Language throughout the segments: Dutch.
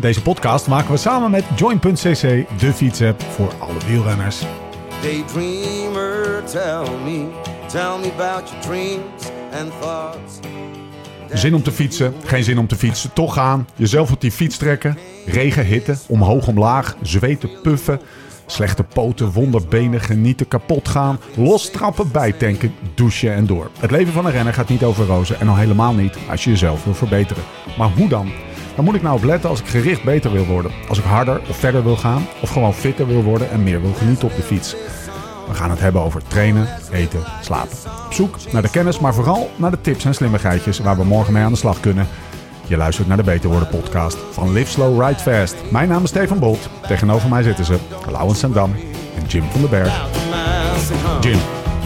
Deze podcast maken we samen met Join.cc, de fietsapp voor alle wielrenners. Daydreamer, tell me about your dreams and thoughts. Zin om te fietsen, geen zin om te fietsen, toch gaan. Jezelf op die fiets trekken. Regen, hitte, omhoog, omlaag, zweten, puffen. Slechte poten, wonderbenen, genieten, kapot gaan. Lostrappen, bijtanken, douchen en door. Het leven van een renner gaat niet over rozen en al helemaal niet als je jezelf wil verbeteren. Maar hoe dan? Waar moet ik nou op letten als ik gericht beter wil worden? Als ik harder of verder wil gaan? Of gewoon fitter wil worden en meer wil genieten op de fiets? We gaan het hebben over trainen, eten, slapen. Op zoek naar de kennis, maar vooral naar de tips en slimmigheidjes waar we morgen mee aan de slag kunnen. Je luistert naar de Beter Worden podcast van Live Slow, Ride Fast. Mijn naam is Stefan Bolt. Tegenover mij zitten ze Laurens Sendam en Jim van den Berg. Jim.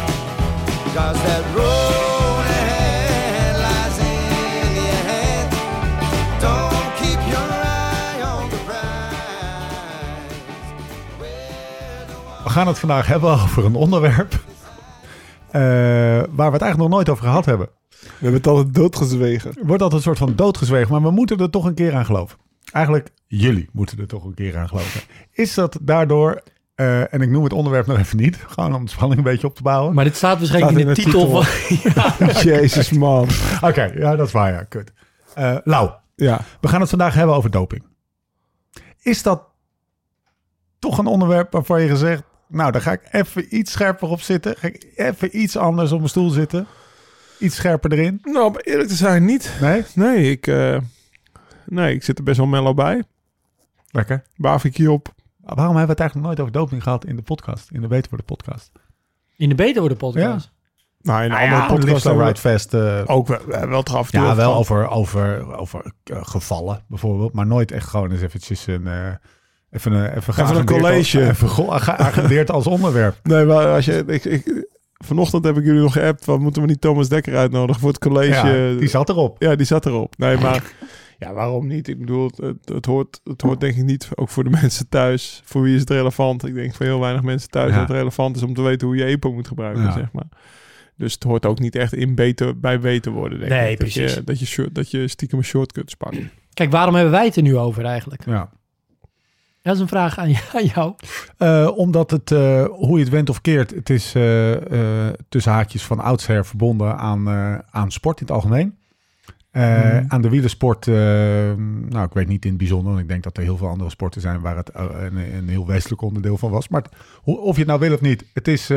We gaan het vandaag hebben over een onderwerp waar we het eigenlijk nog nooit over gehad hebben. We hebben het altijd doodgezwegen. Het wordt altijd een soort van doodgezwegen, maar we moeten er toch een keer aan geloven. Eigenlijk, jullie moeten er toch een keer aan geloven. Is dat daardoor, en ik noem het onderwerp nog even niet, gewoon om de spanning een beetje op te bouwen. Maar dit staat waarschijnlijk in de titel. Jezus man. Oké, ja, dat is waar, ja, kut. Lau, Ja. we gaan het vandaag hebben over doping. Is dat toch een onderwerp waarvan je gezegd, nou, daar ga ik even iets scherper op zitten. Ga ik even iets anders op mijn stoel zitten. Iets scherper erin. Nou, om eerlijk te zijn niet. Nee? Nee, ik zit er best wel mellow bij. Lekker. Barbecue op. Waarom hebben we het eigenlijk nooit over doping gehad in de podcast? In de Beter Worden podcast? In de Beter Worden podcast. Nou, in een Ja, andere podcast Live hebben Slow, Ride we Fast. ook wel toch af en toe Ja, wel gehad. over gevallen bijvoorbeeld. Maar nooit echt gewoon eens eventjes even een college. Even geagendeerd als onderwerp. Nee, maar als je... Vanochtend heb ik jullie nog geappt. Wat moeten we niet Thomas Dekker uitnodigen voor het college? Ja, die zat erop. Ja, die zat erop. Nee, maar ja, waarom niet? Ik bedoel, het hoort denk ik niet, ook voor de mensen thuis. Voor wie is het relevant? Ik denk voor heel weinig mensen thuis dat het relevant is om te weten hoe je EPO moet gebruiken, zeg maar. Dus het hoort ook niet echt bij beter worden, denk Nee, ik. precies. Dat je stiekem een shortcuts pakt. Kijk, waarom hebben wij het er nu over eigenlijk? Ja. Dat is een vraag aan jou. Omdat het, hoe je het went of keert, het is tussen haakjes van oudsher verbonden aan sport in het algemeen. Aan de wielersport, nou, ik weet niet in het bijzonder, want ik denk dat er heel veel andere sporten zijn waar het een heel wezenlijk onderdeel van was. Maar of je het nou wil of niet, het is,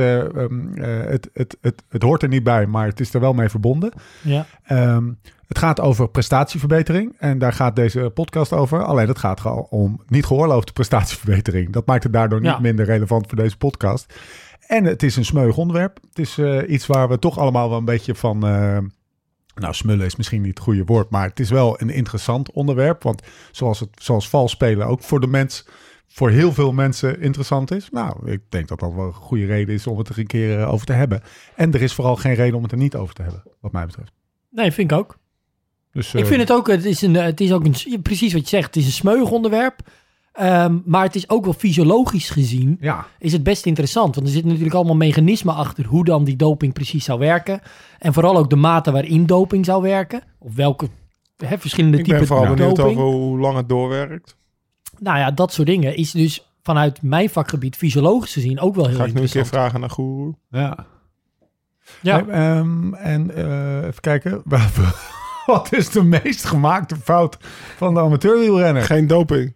het hoort er niet bij, maar het is er wel mee verbonden. Ja. Het gaat over prestatieverbetering en daar gaat deze podcast over. Alleen het gaat gewoon om niet geoorloofde prestatieverbetering. Dat maakt het daardoor niet minder relevant voor deze podcast. En het is een smeuig onderwerp. Het is iets waar we toch allemaal wel een beetje van... nou, smullen is misschien niet het goede woord, maar het is wel een interessant onderwerp. Want zoals vals spelen ook voor heel veel mensen interessant is. Nou, ik denk dat dat wel een goede reden is om het er een keer over te hebben. En er is vooral geen reden om het er niet over te hebben, wat mij betreft. Nee, vind ik ook. Dus, Ik vind het ook, het is ook precies wat je zegt, het is een smeug onderwerp. Maar het is ook wel fysiologisch gezien, is het best interessant. Want er zitten natuurlijk allemaal mechanismen achter hoe dan die doping precies zou werken. En vooral ook de mate waarin doping zou werken. Of welke verschillende typen doping. Ik ben vooral benieuwd over hoe lang het doorwerkt. Nou ja, dat soort dingen is dus vanuit mijn vakgebied fysiologisch gezien ook wel heel interessant. Ga ik nu een keer vragen naar Guru. Ja. Ja. Even kijken. Wat is de meest gemaakte fout van de amateurwielrenner? Geen doping.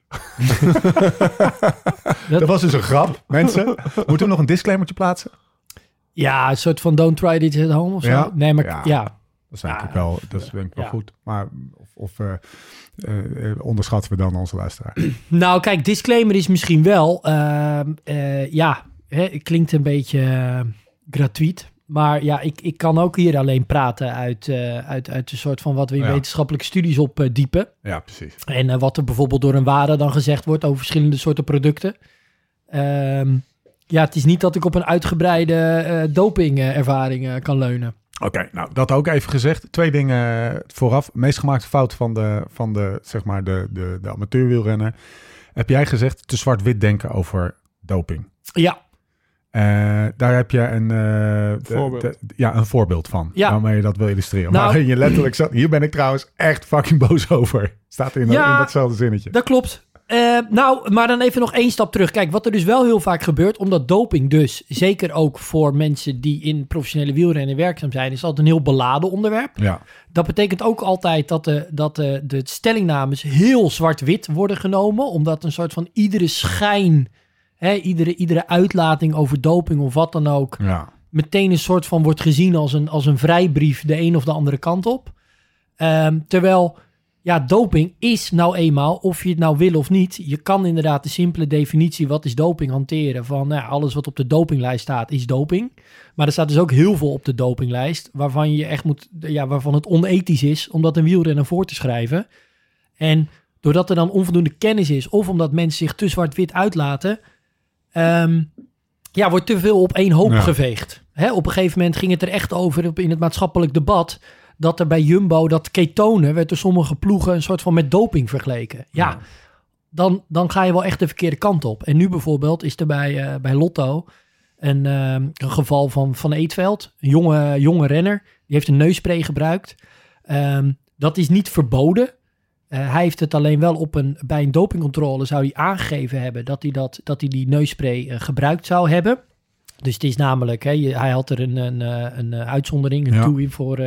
Dat was dus een grap, mensen. Moeten we nog een disclaimertje plaatsen? Ja, een soort van don't try this at home of zo. Ja? Nee, maar ja. Dat is denk ik wel, goed. Maar onderschatten we dan onze luisteraar? Nou, kijk, disclaimer is misschien wel... het klinkt een beetje gratuit. Maar ja, ik kan ook hier alleen praten uit de soort van wat we in wetenschappelijke studies opdiepen. Ja, precies. En wat er bijvoorbeeld door een WADA dan gezegd wordt over verschillende soorten producten. Het is niet dat ik op een uitgebreide dopingervaring kan leunen. Oké, nou dat ook even gezegd. 2 dingen vooraf. Meest gemaakte fout van de zeg maar de amateurwielrenner. Heb jij gezegd te zwart-wit denken over doping? Ja. Daar heb je een voorbeeld van. Ja. Waarmee je dat wil illustreren. Nou, maar je letterlijk zat... Hier ben ik trouwens echt fucking boos over. Staat in datzelfde zinnetje. Dat klopt. Maar dan even nog 1 stap terug. Kijk, wat er dus wel heel vaak gebeurt, omdat doping dus, zeker ook voor mensen die in professionele wielrennen werkzaam zijn, is altijd een heel beladen onderwerp. Ja. Dat betekent ook altijd dat de stellingnames heel zwart-wit worden genomen, omdat een soort van iedere schijn, iedere uitlating over doping of wat dan ook, meteen een soort van wordt gezien als een vrijbrief de een of de andere kant op. Terwijl... Ja, doping is nou eenmaal, of je het nou wil of niet. Je kan inderdaad de simpele definitie, wat is doping, hanteren. Van alles wat op de dopinglijst staat, is doping. Maar er staat dus ook heel veel op de dopinglijst, waarvan je echt waarvan het onethisch is om dat een wielrenner voor te schrijven. En doordat er dan onvoldoende kennis is, of omdat mensen zich te zwart-wit uitlaten, wordt te veel op één hoop geveegd. Op een gegeven moment ging het er echt over in het maatschappelijk debat, dat er bij Jumbo dat ketonen werd door sommige ploegen een soort van met doping vergeleken. Ja, dan ga je wel echt de verkeerde kant op. En nu bijvoorbeeld is er bij Lotto een geval van Eetveld, een jonge renner, die heeft een neusspray gebruikt. Dat is niet verboden. Hij heeft het alleen wel bij een dopingcontrole zou hij aangegeven hebben dat hij die neusspray gebruikt zou hebben. Dus het is namelijk, hij had er een uitzondering, een TUI voor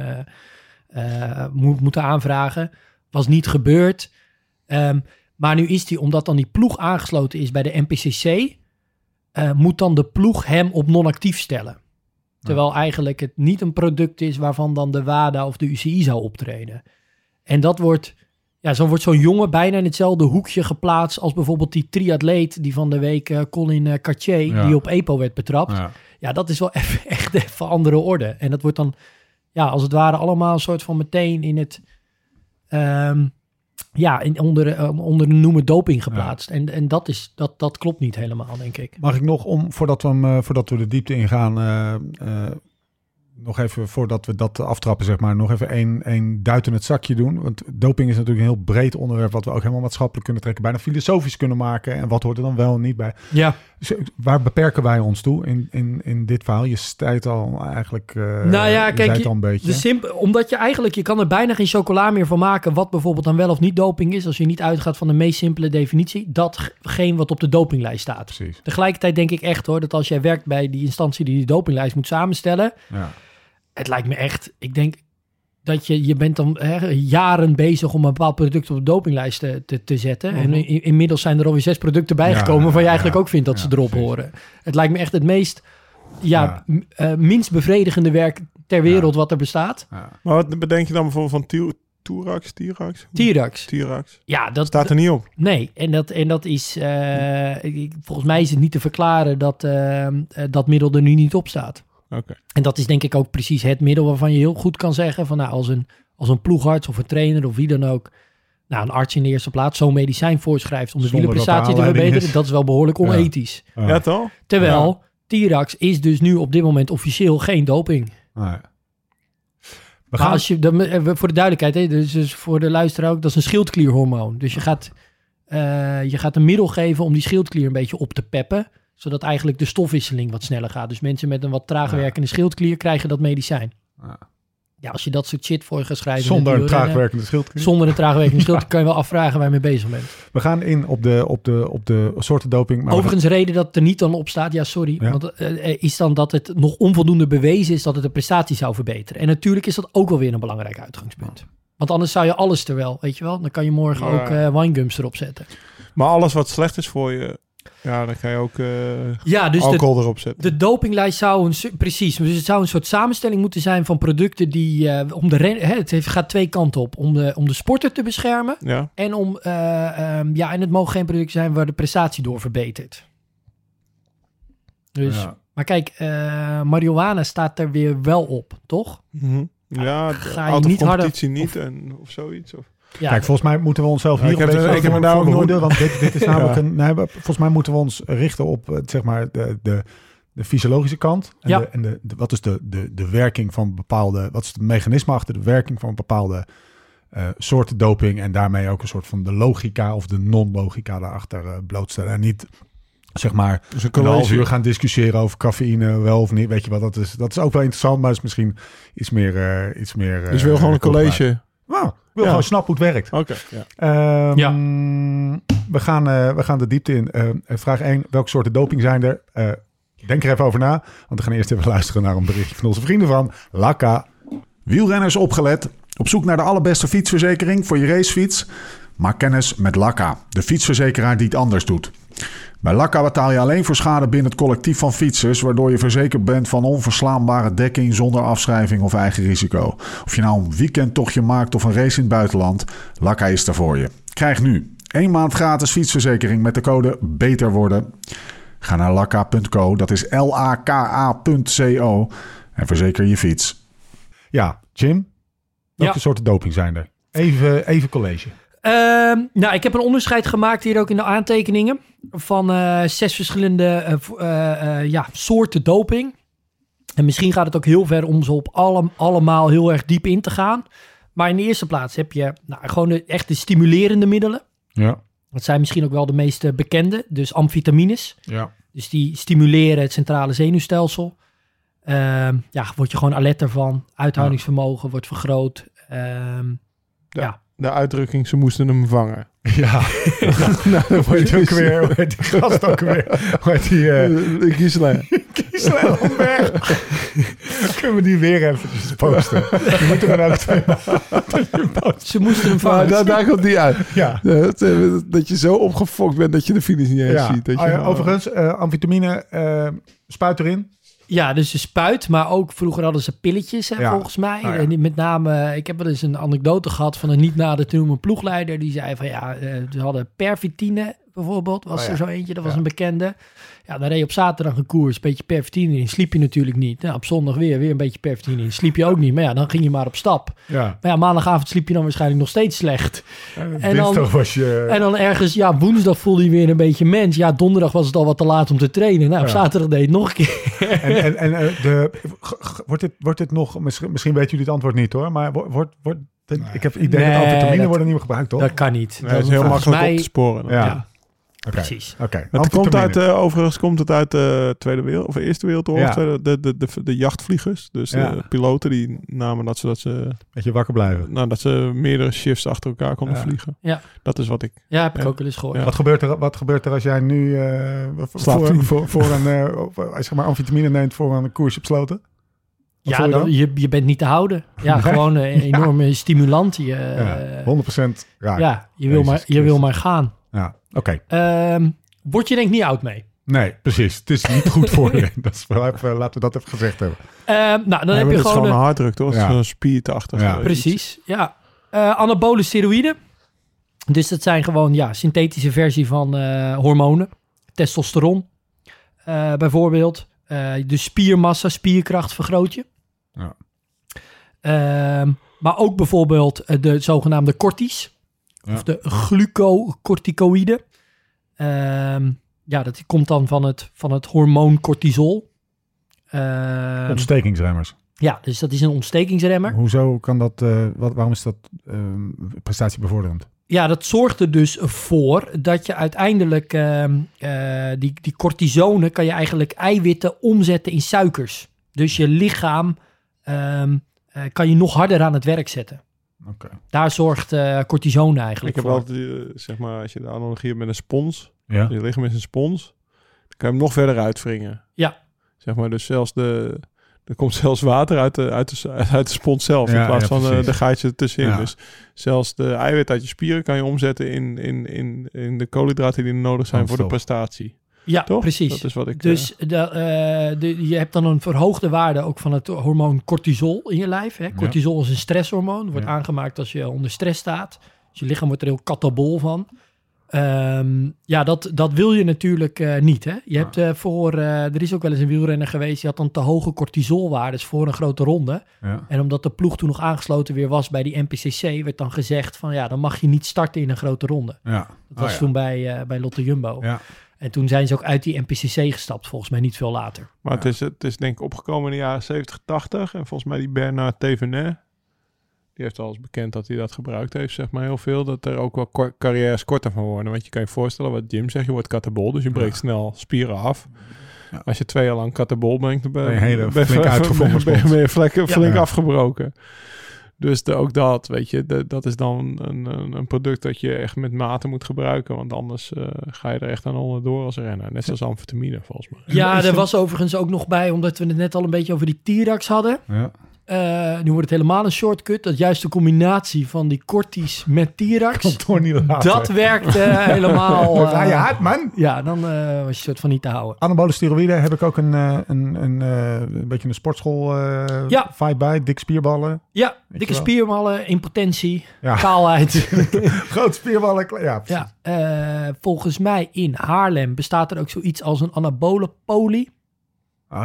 moeten aanvragen. Was niet gebeurd. Maar nu is hij, omdat dan die ploeg aangesloten is bij de NPCC, moet dan de ploeg hem op non-actief stellen. Terwijl eigenlijk het niet een product is waarvan dan de WADA of de UCI zou optreden. En dat wordt... Ja, zo wordt zo'n jongen bijna in hetzelfde hoekje geplaatst als bijvoorbeeld die triatleet die van de week Colin Cartier, die op EPO werd betrapt. Ja, dat is wel echt even andere orde. En dat wordt dan, als het ware allemaal een soort van meteen in het, onder de noemer doping geplaatst. En dat klopt niet helemaal, denk ik. Mag ik nog, voordat we de diepte ingaan, nog even, voordat we dat aftrappen, zeg maar, nog even één duit in het zakje doen. Want doping is natuurlijk een heel breed onderwerp, wat we ook helemaal maatschappelijk kunnen trekken, bijna filosofisch kunnen maken. En wat hoort er dan wel en niet bij? Ja. Dus waar beperken wij ons toe in dit verhaal? Je stijt al eigenlijk, kijk, al een beetje. Omdat je kan er bijna geen chocola meer van maken, wat bijvoorbeeld dan wel of niet doping is, als je niet uitgaat van de meest simpele definitie, datgene wat op de dopinglijst staat. Precies. Tegelijkertijd denk ik echt hoor, dat als jij werkt bij die instantie die dopinglijst moet samenstellen, het lijkt me echt, ik denk dat je bent dan jaren bezig om een bepaald product op de dopinglijst te zetten. Mm-hmm. En inmiddels zijn er alweer 6 producten bijgekomen waarvan je eigenlijk ook vindt dat ze erop horen. Het lijkt me echt het meest minst bevredigende werk ter wereld wat er bestaat. Ja. Maar wat bedenk je dan bijvoorbeeld van Tirax? Ja, dat staat er niet op. Nee, en dat is volgens mij is het niet te verklaren dat middel er nu niet op staat. Okay. En dat is denk ik ook precies het middel waarvan je heel goed kan zeggen van als een ploegarts of een trainer of wie dan ook, een arts in de eerste plaats zo'n medicijn voorschrijft om de wielerprestatie te verbeteren, dat is wel behoorlijk onethisch. Ja, toch? Terwijl Tirax is dus nu op dit moment officieel geen doping. Nee. Maar als je, voor de duidelijkheid, dus voor de luisteraar ook, dat is een schildklierhormoon. Dus je gaat een middel geven om die schildklier een beetje op te peppen, zodat eigenlijk de stofwisseling wat sneller gaat. Dus mensen met een wat traag werkende schildklier krijgen dat medicijn. Ja, als je dat soort shit voor gaat schrijven... Zonder een traagwerkende schildklier. Zonder een traagwerkende schildklier kan je wel afvragen waar je mee bezig bent. We gaan in op de soorten doping. Maar overigens, reden dat het er niet dan op staat, want is dan dat het nog onvoldoende bewezen is dat het de prestatie zou verbeteren. En natuurlijk is dat ook wel weer een belangrijk uitgangspunt. Want anders zou je alles weet je wel. Dan kan je morgen ook winegums erop zetten. Maar alles wat slecht is voor je... Ja, dan kan je ook dus alcohol erop zetten. De dopinglijst zou precies. Dus het zou een soort samenstelling moeten zijn van producten die het gaat 2 kanten op. Om de sporter te beschermen. Ja. En en het mogen geen producten zijn waar de prestatie door verbetert. Dus, maar kijk, marihuana staat er weer wel op, toch? Mm-hmm. Ja, ga je niet harder niet of zoiets of. Ja, kijk, volgens mij moeten we onszelf hier ik heb daar ook nooit, want dit is namelijk volgens mij moeten we ons richten op zeg maar de fysiologische kant en wat is de werking van bepaalde, wat is het mechanisme achter de werking van bepaalde soorten doping en daarmee ook een soort van de logica of de non-logica daarachter blootstellen en niet zeg maar Dus een half uur gaan discussiëren over cafeïne, wel of niet. Weet je wat, dat is ook wel interessant, maar is misschien iets meer... Dus wil gewoon een college... Nou, ik wil gewoon snappen hoe het werkt. Oké. Ja. We gaan de diepte in. Vraag 1. Welke soorten doping zijn er? Denk er even over na. Want we gaan eerst even luisteren naar een berichtje van onze vrienden van Laka. Wielrenners opgelet. Op zoek naar de allerbeste fietsverzekering voor je racefiets? Maak kennis met Laka, de fietsverzekeraar die het anders doet. Bij Laka betaal je alleen voor schade binnen het collectief van fietsers, waardoor je verzekerd bent van onverslaanbare dekking zonder afschrijving of eigen risico. Of je nou een weekendtochtje maakt of een race in het buitenland, Laka is er voor je. Krijg nu 1 maand gratis fietsverzekering met de code BETERWORDEN. Ga naar laka.co, dat is laka.co en verzeker je fiets. Ja, Jim, welke soorten doping zijn er? Even college. Nou, ik heb een onderscheid gemaakt hier ook in de aantekeningen van 6 verschillende soorten doping. En misschien gaat het ook heel ver om ze op allemaal heel erg diep in te gaan. Maar in de eerste plaats heb je gewoon de echte stimulerende middelen. Ja. Dat zijn misschien ook wel de meest bekende. Dus amfetamines. Ja. Dus die stimuleren het centrale zenuwstelsel. Word je gewoon alerter van. Uithoudingsvermogen wordt vergroot. De uitdrukking, ze moesten hem vangen. Ja. Nou, dan word je ook weer... Hoe heet die gast ook weer? Hoe heet die... Gisela. Gisela Lomberg. Kunnen we die weer even posten? Je moet er dan ook 2 Ze moesten hem vangen. Daar komt die uit. Ja. Dat je zo opgefokt bent dat je de finish niet eens ziet. Dat je overigens, amfetamine, spuit erin. Ja, dus de spuit, maar ook vroeger hadden ze pilletjes, volgens mij. En met name, ik heb wel eens een anekdote gehad van een niet nader te noemen ploegleider. Die zei van ze hadden pervitine bijvoorbeeld, was er zo eentje, dat was een bekende. Ja, dan reed je op zaterdag een koers, een beetje pervitine in. Sliep je natuurlijk niet. Nou, op zondag weer een beetje pervitine in. Sliep je ook niet, maar dan ging je maar op stap. Ja. Maar maandagavond sliep je dan waarschijnlijk nog steeds slecht. En dan ergens, woensdag voelde je weer een beetje mens. Ja, donderdag was het al wat te laat om te trainen. Nou, op zaterdag deed het nog een keer. Wordt dit nog, misschien weten jullie het antwoord niet hoor, maar ik heb het idee dat amfetamine worden niet meer gebruikt, toch? Dat kan niet. Dat is heel makkelijk op te sporen. Ja. Precies. Okay. Het komt overigens komt het uit de Tweede Wereld of Eerste Wereldoorlog. Ja. De jachtvliegers, dus de piloten die namen dat ze beetje wakker blijven. Nou, dat ze meerdere shifts achter elkaar konden vliegen. Ja. Dat is wat ik. Ja, heb ik ook wel eens gehoord. Ja. Wat gebeurt er als jij nu voor een amfetamine neemt voor een koers op Sloten? Je bent niet te houden. Ja, gewoon een enorme stimulant. 100% raak. Ja, je wil maar gaan. Ja, oké. Word je denk ik niet oud mee? Nee, precies. Het is niet goed voor je. Laten we dat even gezegd hebben. Dan heb je gewoon een harddruk, toch? Zo'n spiertachtig. Ja. Precies, ja. Anabole steroïden. Dus dat zijn gewoon synthetische versie van hormonen. Testosteron bijvoorbeeld. De spiermassa, spierkracht vergroot je. Ja. Maar ook bijvoorbeeld de zogenaamde cortis. Ja. Of de glucocorticoïden. Dat komt dan van het hormoon cortisol. Ontstekingsremmers. Ja, dus dat is een ontstekingsremmer. Hoezo kan dat... waarom is dat prestatiebevorderend? Ja, dat zorgt er dus voor dat je uiteindelijk... die cortisonen kan je eigenlijk eiwitten omzetten in suikers. Dus je lichaam kan je nog harder aan het werk zetten. Okay. Daar zorgt cortisone eigenlijk voor. Ik heb altijd, als je de analogie hebt met een spons. Ja. Je lichaam is een spons. Dan kan je hem nog verder uitwringen. Ja. Zeg maar, dus zelfs er komt zelfs water uit de spons zelf. In plaats van de gaatje ertussenin. Ja. Dus zelfs de eiwit uit je spieren kan je omzetten in de koolhydraten die nodig zijn voor de prestatie. Ja, toch? Precies. Dat is wat ik... Dus je hebt dan een verhoogde waarde ook van het hormoon cortisol in je lijf. Hè? Cortisol is een stresshormoon. Wordt aangemaakt als je onder stress staat. Dus je lichaam wordt er heel katabol van. Dat wil je natuurlijk niet. Hè? Je hebt er is ook wel eens een wielrenner geweest, die had dan te hoge cortisolwaardes voor een grote ronde. Ja. En omdat de ploeg toen nog aangesloten weer was bij die NPCC, werd dan gezegd van dan mag je niet starten in een grote ronde. Ja. Dat was toen bij Lotte Jumbo. Ja. En toen zijn ze ook uit die NPCC gestapt, volgens mij niet veel later. Maar het is denk ik opgekomen in de jaren 70, 80. En volgens mij die Bernard Thévenet, Die heeft al eens bekend dat hij dat gebruikt heeft, zeg maar heel veel. Dat er ook wel carrières korter van worden. Want je kan je voorstellen, wat Jim zegt, je wordt catabol. Dus je breekt snel spieren af. Ja. Als je 2 jaar lang catabol bent, dan ben je flink afgebroken. Dus ook dat, weet je, dat is dan een product dat je echt met mate moet gebruiken. Want anders ga je er echt aan onderdoor als renner. Net zoals amfetamine, volgens mij. Ja, er was overigens ook nog bij, omdat we het net al een beetje over die T-Rex hadden. Ja. Nu wordt het helemaal een shortcut. Dat juist de combinatie van die Cortis met T-Rex, dat werkt helemaal... Ga je hard, man? Ja, dan was je een soort van niet te houden. Anabole steroïden heb ik ook een beetje een sportschool vibe bij. Dik spierballen. Ja, dikke spierballen, impotentie, kaalheid. Groot spierballen, ja. Volgens mij in Haarlem bestaat er ook zoiets als een anabole poli. Oh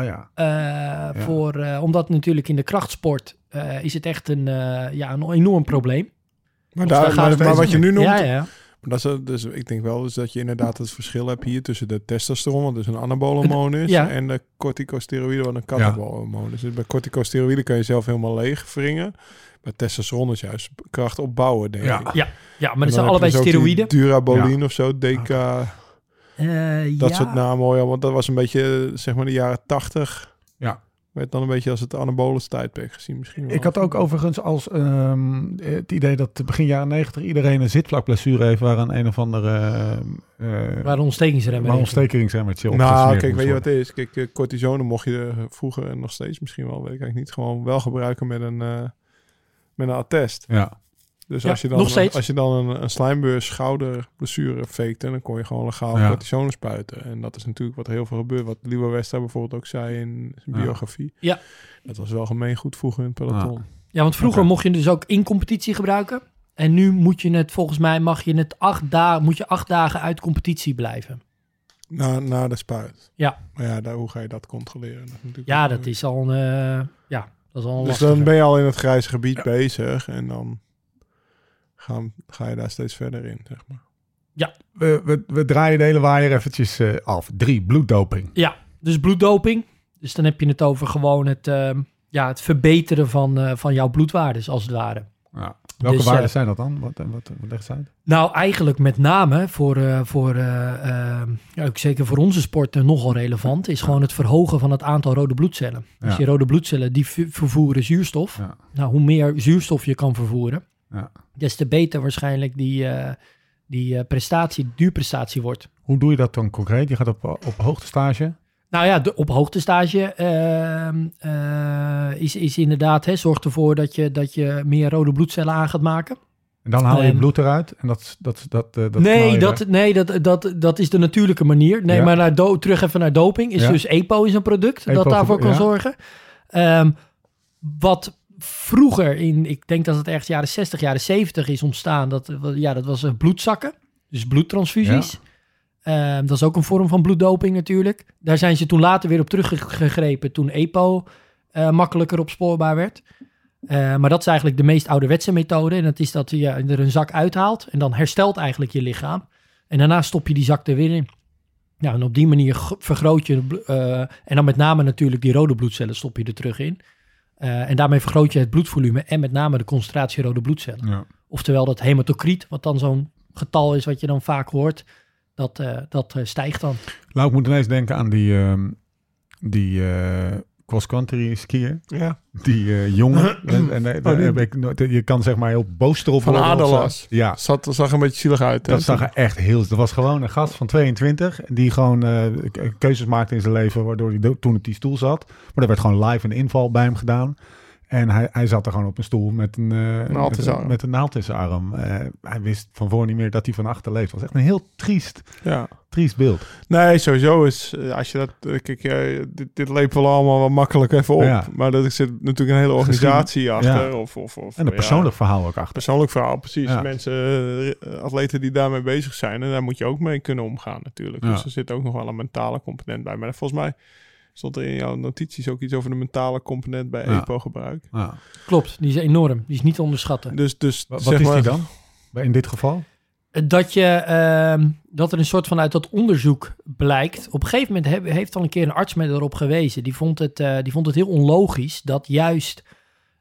ja. Omdat natuurlijk in de krachtsport is het echt een enorm probleem. Maar wat je nu noemt... Ja. Dus ik denk wel dus dat je inderdaad het verschil hebt hier tussen de testosteron, wat dus een anabolhormoon is, en de corticosteroïden, wat een catabolhormoon is. Dus bij corticosteroïden kan je zelf helemaal leeg wringen. Bij testosteron is juist kracht opbouwen, denk ik. Ja, maar dat zijn allebei steroïden. Durabolin of zo, DK... dat soort namen hoor, want dat was een beetje, zeg maar, de jaren 80. Ja. Werd dan een beetje als het anabolische tijdperk gezien misschien wel. Ik had ook overigens als het idee dat begin jaren 90 iedereen een zitvlakblessure heeft waar een of andere... waar een ontstekingsremmertje op. Nou, kijk, weet je wat het is? Kijk, cortisone mocht je vroeger en nog steeds misschien wel, weet ik eigenlijk niet, gewoon wel gebruiken met een attest. Ja. Dus als je dan een slijmbeurs schouderblessure fakte, dan kon je gewoon legaal cortisone spuiten. En dat is natuurlijk wat heel veel gebeurt. Wat Lieber Westra bijvoorbeeld ook zei in zijn biografie. Ja. Dat was wel gemeengoed vroeger in het peloton. Ja, want vroeger mocht je dus ook in competitie gebruiken. En nu moet je het, volgens mij, mag je het 8 dagen uit competitie blijven. Na de spuit. Ja. Maar ja, hoe ga je dat controleren? Dat is al dus lastiger. Dan ben je al in het grijze gebied bezig en dan... Ga je daar steeds verder in, zeg maar. Ja. We draaien de hele waaier eventjes af. 3, bloeddoping. Ja, dus bloeddoping. Dus dan heb je het over gewoon het verbeteren van jouw bloedwaardes, als het ware. Ja. Welke waarden zijn dat dan? Wat legt ze uit? Nou, eigenlijk met name zeker voor onze sport nogal relevant, is gewoon het verhogen van het aantal rode bloedcellen. Ja. Dus die rode bloedcellen, die vervoeren zuurstof. Ja. Nou, hoe meer zuurstof je kan vervoeren, des te beter waarschijnlijk die duurprestatie wordt. Hoe doe je dat dan concreet? Je gaat op hoogtestage? Nou ja, op hoogtestage is inderdaad, zorgt ervoor dat je meer rode bloedcellen aan gaat maken. En dan haal je bloed eruit? En dat is de natuurlijke manier. Nee, maar terug even naar doping. Dus EPO is een product dat daarvoor kan zorgen. Wat vroeger ik denk dat het ergens jaren 60, jaren 70 is ontstaan. Dat was bloedzakken. Dus bloedtransfusies. Ja. Dat is ook een vorm van bloeddoping natuurlijk. Daar zijn ze toen later weer op teruggegrepen toen EPO makkelijker opspoorbaar werd. Maar dat is eigenlijk de meest ouderwetse methode. En dat is dat je er een zak uithaalt en dan herstelt eigenlijk je lichaam. En daarna stop je die zak er weer in. Ja, en op die manier vergroot je... en dan met name natuurlijk die rode bloedcellen stop je er terug in. En daarmee vergroot je het bloedvolume en met name de concentratie rode bloedcellen. Ja. Oftewel dat hematocriet, wat dan zo'n getal is wat je dan vaak hoort, dat stijgt dan. Nou, ik moet ineens denken aan die cross-country skier. Ja. Die jongen. Je kan zeg maar heel boos erop worden. Van Adelas. Ja. Zag een beetje zielig uit. Dat zag er echt heel... Dat was gewoon een gast van 22 die gewoon keuzes maakte in zijn leven waardoor hij toen op die stoel zat. Maar er werd gewoon live een inval bij hem gedaan. En hij zat er gewoon op een stoel met een naald in zijn arm. Hij wist van voor niet meer dat hij van achter leeft. Het was echt een heel triest beeld. Nee, sowieso is, als je dat... Kijk, dit leep wel allemaal wat makkelijk even op. Ja. Maar er zit natuurlijk een hele organisatie achter. Ja. En een persoonlijk verhaal ook achter. Persoonlijk verhaal, precies. Ja. Mensen, atleten die daarmee bezig zijn. En daar moet je ook mee kunnen omgaan natuurlijk. Ja. Dus er zit ook nog wel een mentale component bij. Maar volgens mij... stond er in jouw notities ook iets over de mentale component bij EPO-gebruik. Ja. Klopt, die is enorm. Die is niet te onderschatten. Dus wat is die dan? In dit geval? Dat er een soort van uit dat onderzoek blijkt. Op een gegeven moment heeft al een keer een arts mij erop gewezen. Die vond het heel onlogisch dat juist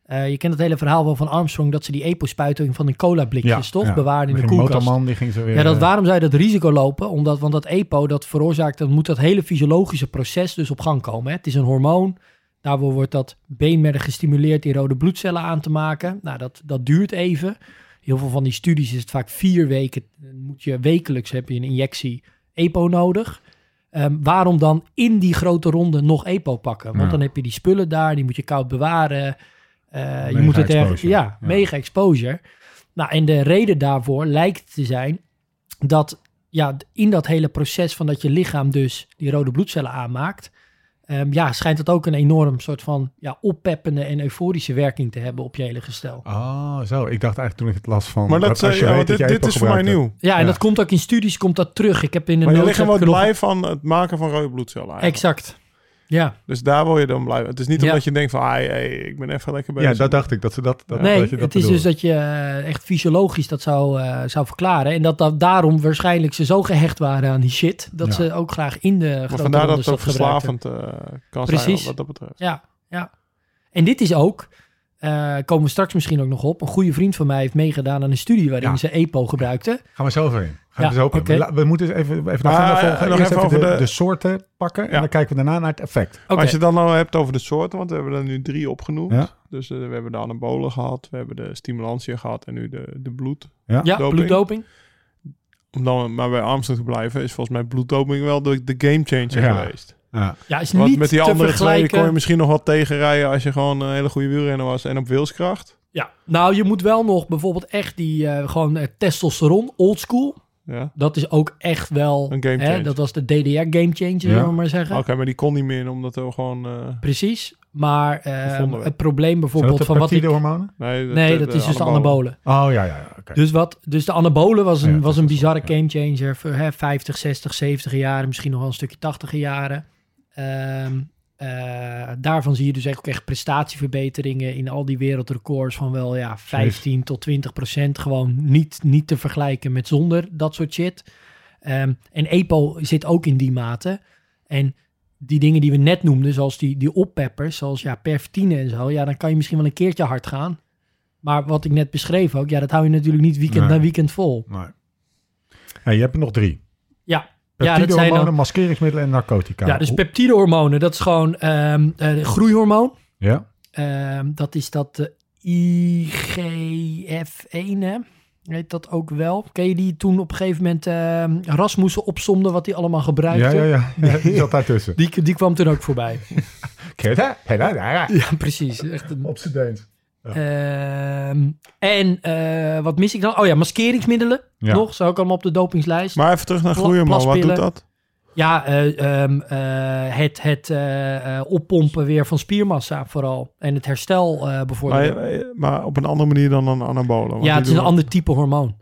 Je kent het hele verhaal wel van Armstrong, dat ze die EPO-spuiting van de cola-blikjes, toch? Bewaarden in de koelkast. Motorman, die ging ze weer... Ja, waarom zou je dat risico lopen? Want dat EPO, dat veroorzaakt, dan moet dat hele fysiologische proces dus op gang komen. Hè? Het is een hormoon. Daarvoor wordt dat beenmerg gestimuleerd die rode bloedcellen aan te maken. Nou, dat duurt even. Heel veel van die studies is het vaak 4 weken. Wekelijks heb je een injectie EPO nodig. Waarom dan in die grote ronde nog EPO pakken? Want dan heb je die spullen daar, die moet je koud bewaren. Je moet het mega exposure. Nou, en de reden daarvoor lijkt te zijn dat in dat hele proces van dat je lichaam dus die rode bloedcellen aanmaakt, schijnt het ook een enorm soort van oppeppende en euforische werking te hebben op je hele gestel. Oh, zo. Ik dacht eigenlijk toen ik het las van... Maar dit is voor mij nieuw. Ja, en dat komt ook in studies, komt dat terug. Ik heb in de maar je ligt gewoon blij van het maken van rode bloedcellen eigenlijk. Exact. Ja. Dus daar word je dan blij. Het is niet omdat je denkt van, ik ben even lekker bezig. Ja, dat dacht ik. Dat nee, dat je dat het is dus dat je echt fysiologisch dat zou verklaren. En dat daarom waarschijnlijk ze zo gehecht waren aan die shit, dat ze ook graag in de grote vandaar dat het verslavend kan Precies. zijn wat dat betreft. Ja. En dit is ook, komen we straks misschien ook nog op, een goede vriend van mij heeft meegedaan aan een studie waarin ze EPO gebruikten. Gaan we zo over in. We moeten even de agenda volgen. Eerst even de soorten pakken en dan kijken we daarna naar het effect. Okay. Als je het dan nou hebt over de soorten, want we hebben er nu 3 opgenoemd. Ja. Dus we hebben de anabolen gehad, we hebben de stimulantia gehad en nu de bloeddoping. Om dan maar bij Armstrong te blijven, is volgens mij bloeddoping wel de gamechanger geweest. Ja, is niet met die te andere vergelijken. 2 kon je misschien nog wat tegenrijden als je gewoon een hele goede wielrenner was en op wilskracht. Ja, nou je moet wel nog bijvoorbeeld echt die testosteron, oldschool. Ja. Dat is ook echt wel... Een gamechanger. Dat was de DDR gamechanger, zullen we maar zeggen. Oké, maar die kon niet meer, omdat we gewoon... Precies, maar het probleem bijvoorbeeld van wat die hormonen? Nee, dat is dus de anabolen. Oh ja. Okay. Dus de anabolen was een bizarre gamechanger voor 50, 60, 70 jaren, misschien nog wel een stukje 80 jaren. Daarvan zie je dus echt prestatieverbeteringen in al die wereldrecords van wel 15 tot 20%. Gewoon niet te vergelijken met zonder dat soort shit. En EPO zit ook in die mate. En die dingen die we net noemden, zoals die oppeppers, zoals pervitine en zo, dan kan je misschien wel een keertje hard gaan. Maar wat ik net beschreef ook, dat hou je natuurlijk niet weekend na weekend vol. Nee. Ja, je hebt er nog 3. Ja. Peptidehormonen, maskeringsmiddelen en narcotica. Ja, dus peptidehormonen, dat is gewoon groeihormoon. Ja. Dat is dat IGF-1, hè? Weet dat ook wel? Ken je die toen op een gegeven moment Rasmussen opsomde wat hij allemaal gebruikte? Ja, die zat daartussen. Die kwam toen ook voorbij. Ja, precies. Echt een... op z'n Deens. Ja. Wat mis ik dan? Oh ja, maskeringsmiddelen. Nog, zou ook allemaal op de dopingslijst. Maar even terug naar groeihormoon, wat doet dat? Ja, het oppompen weer van spiermassa vooral. En het herstel bevorderen. Maar op een andere manier dan een anabolen. Ja, het is een ander type hormoon.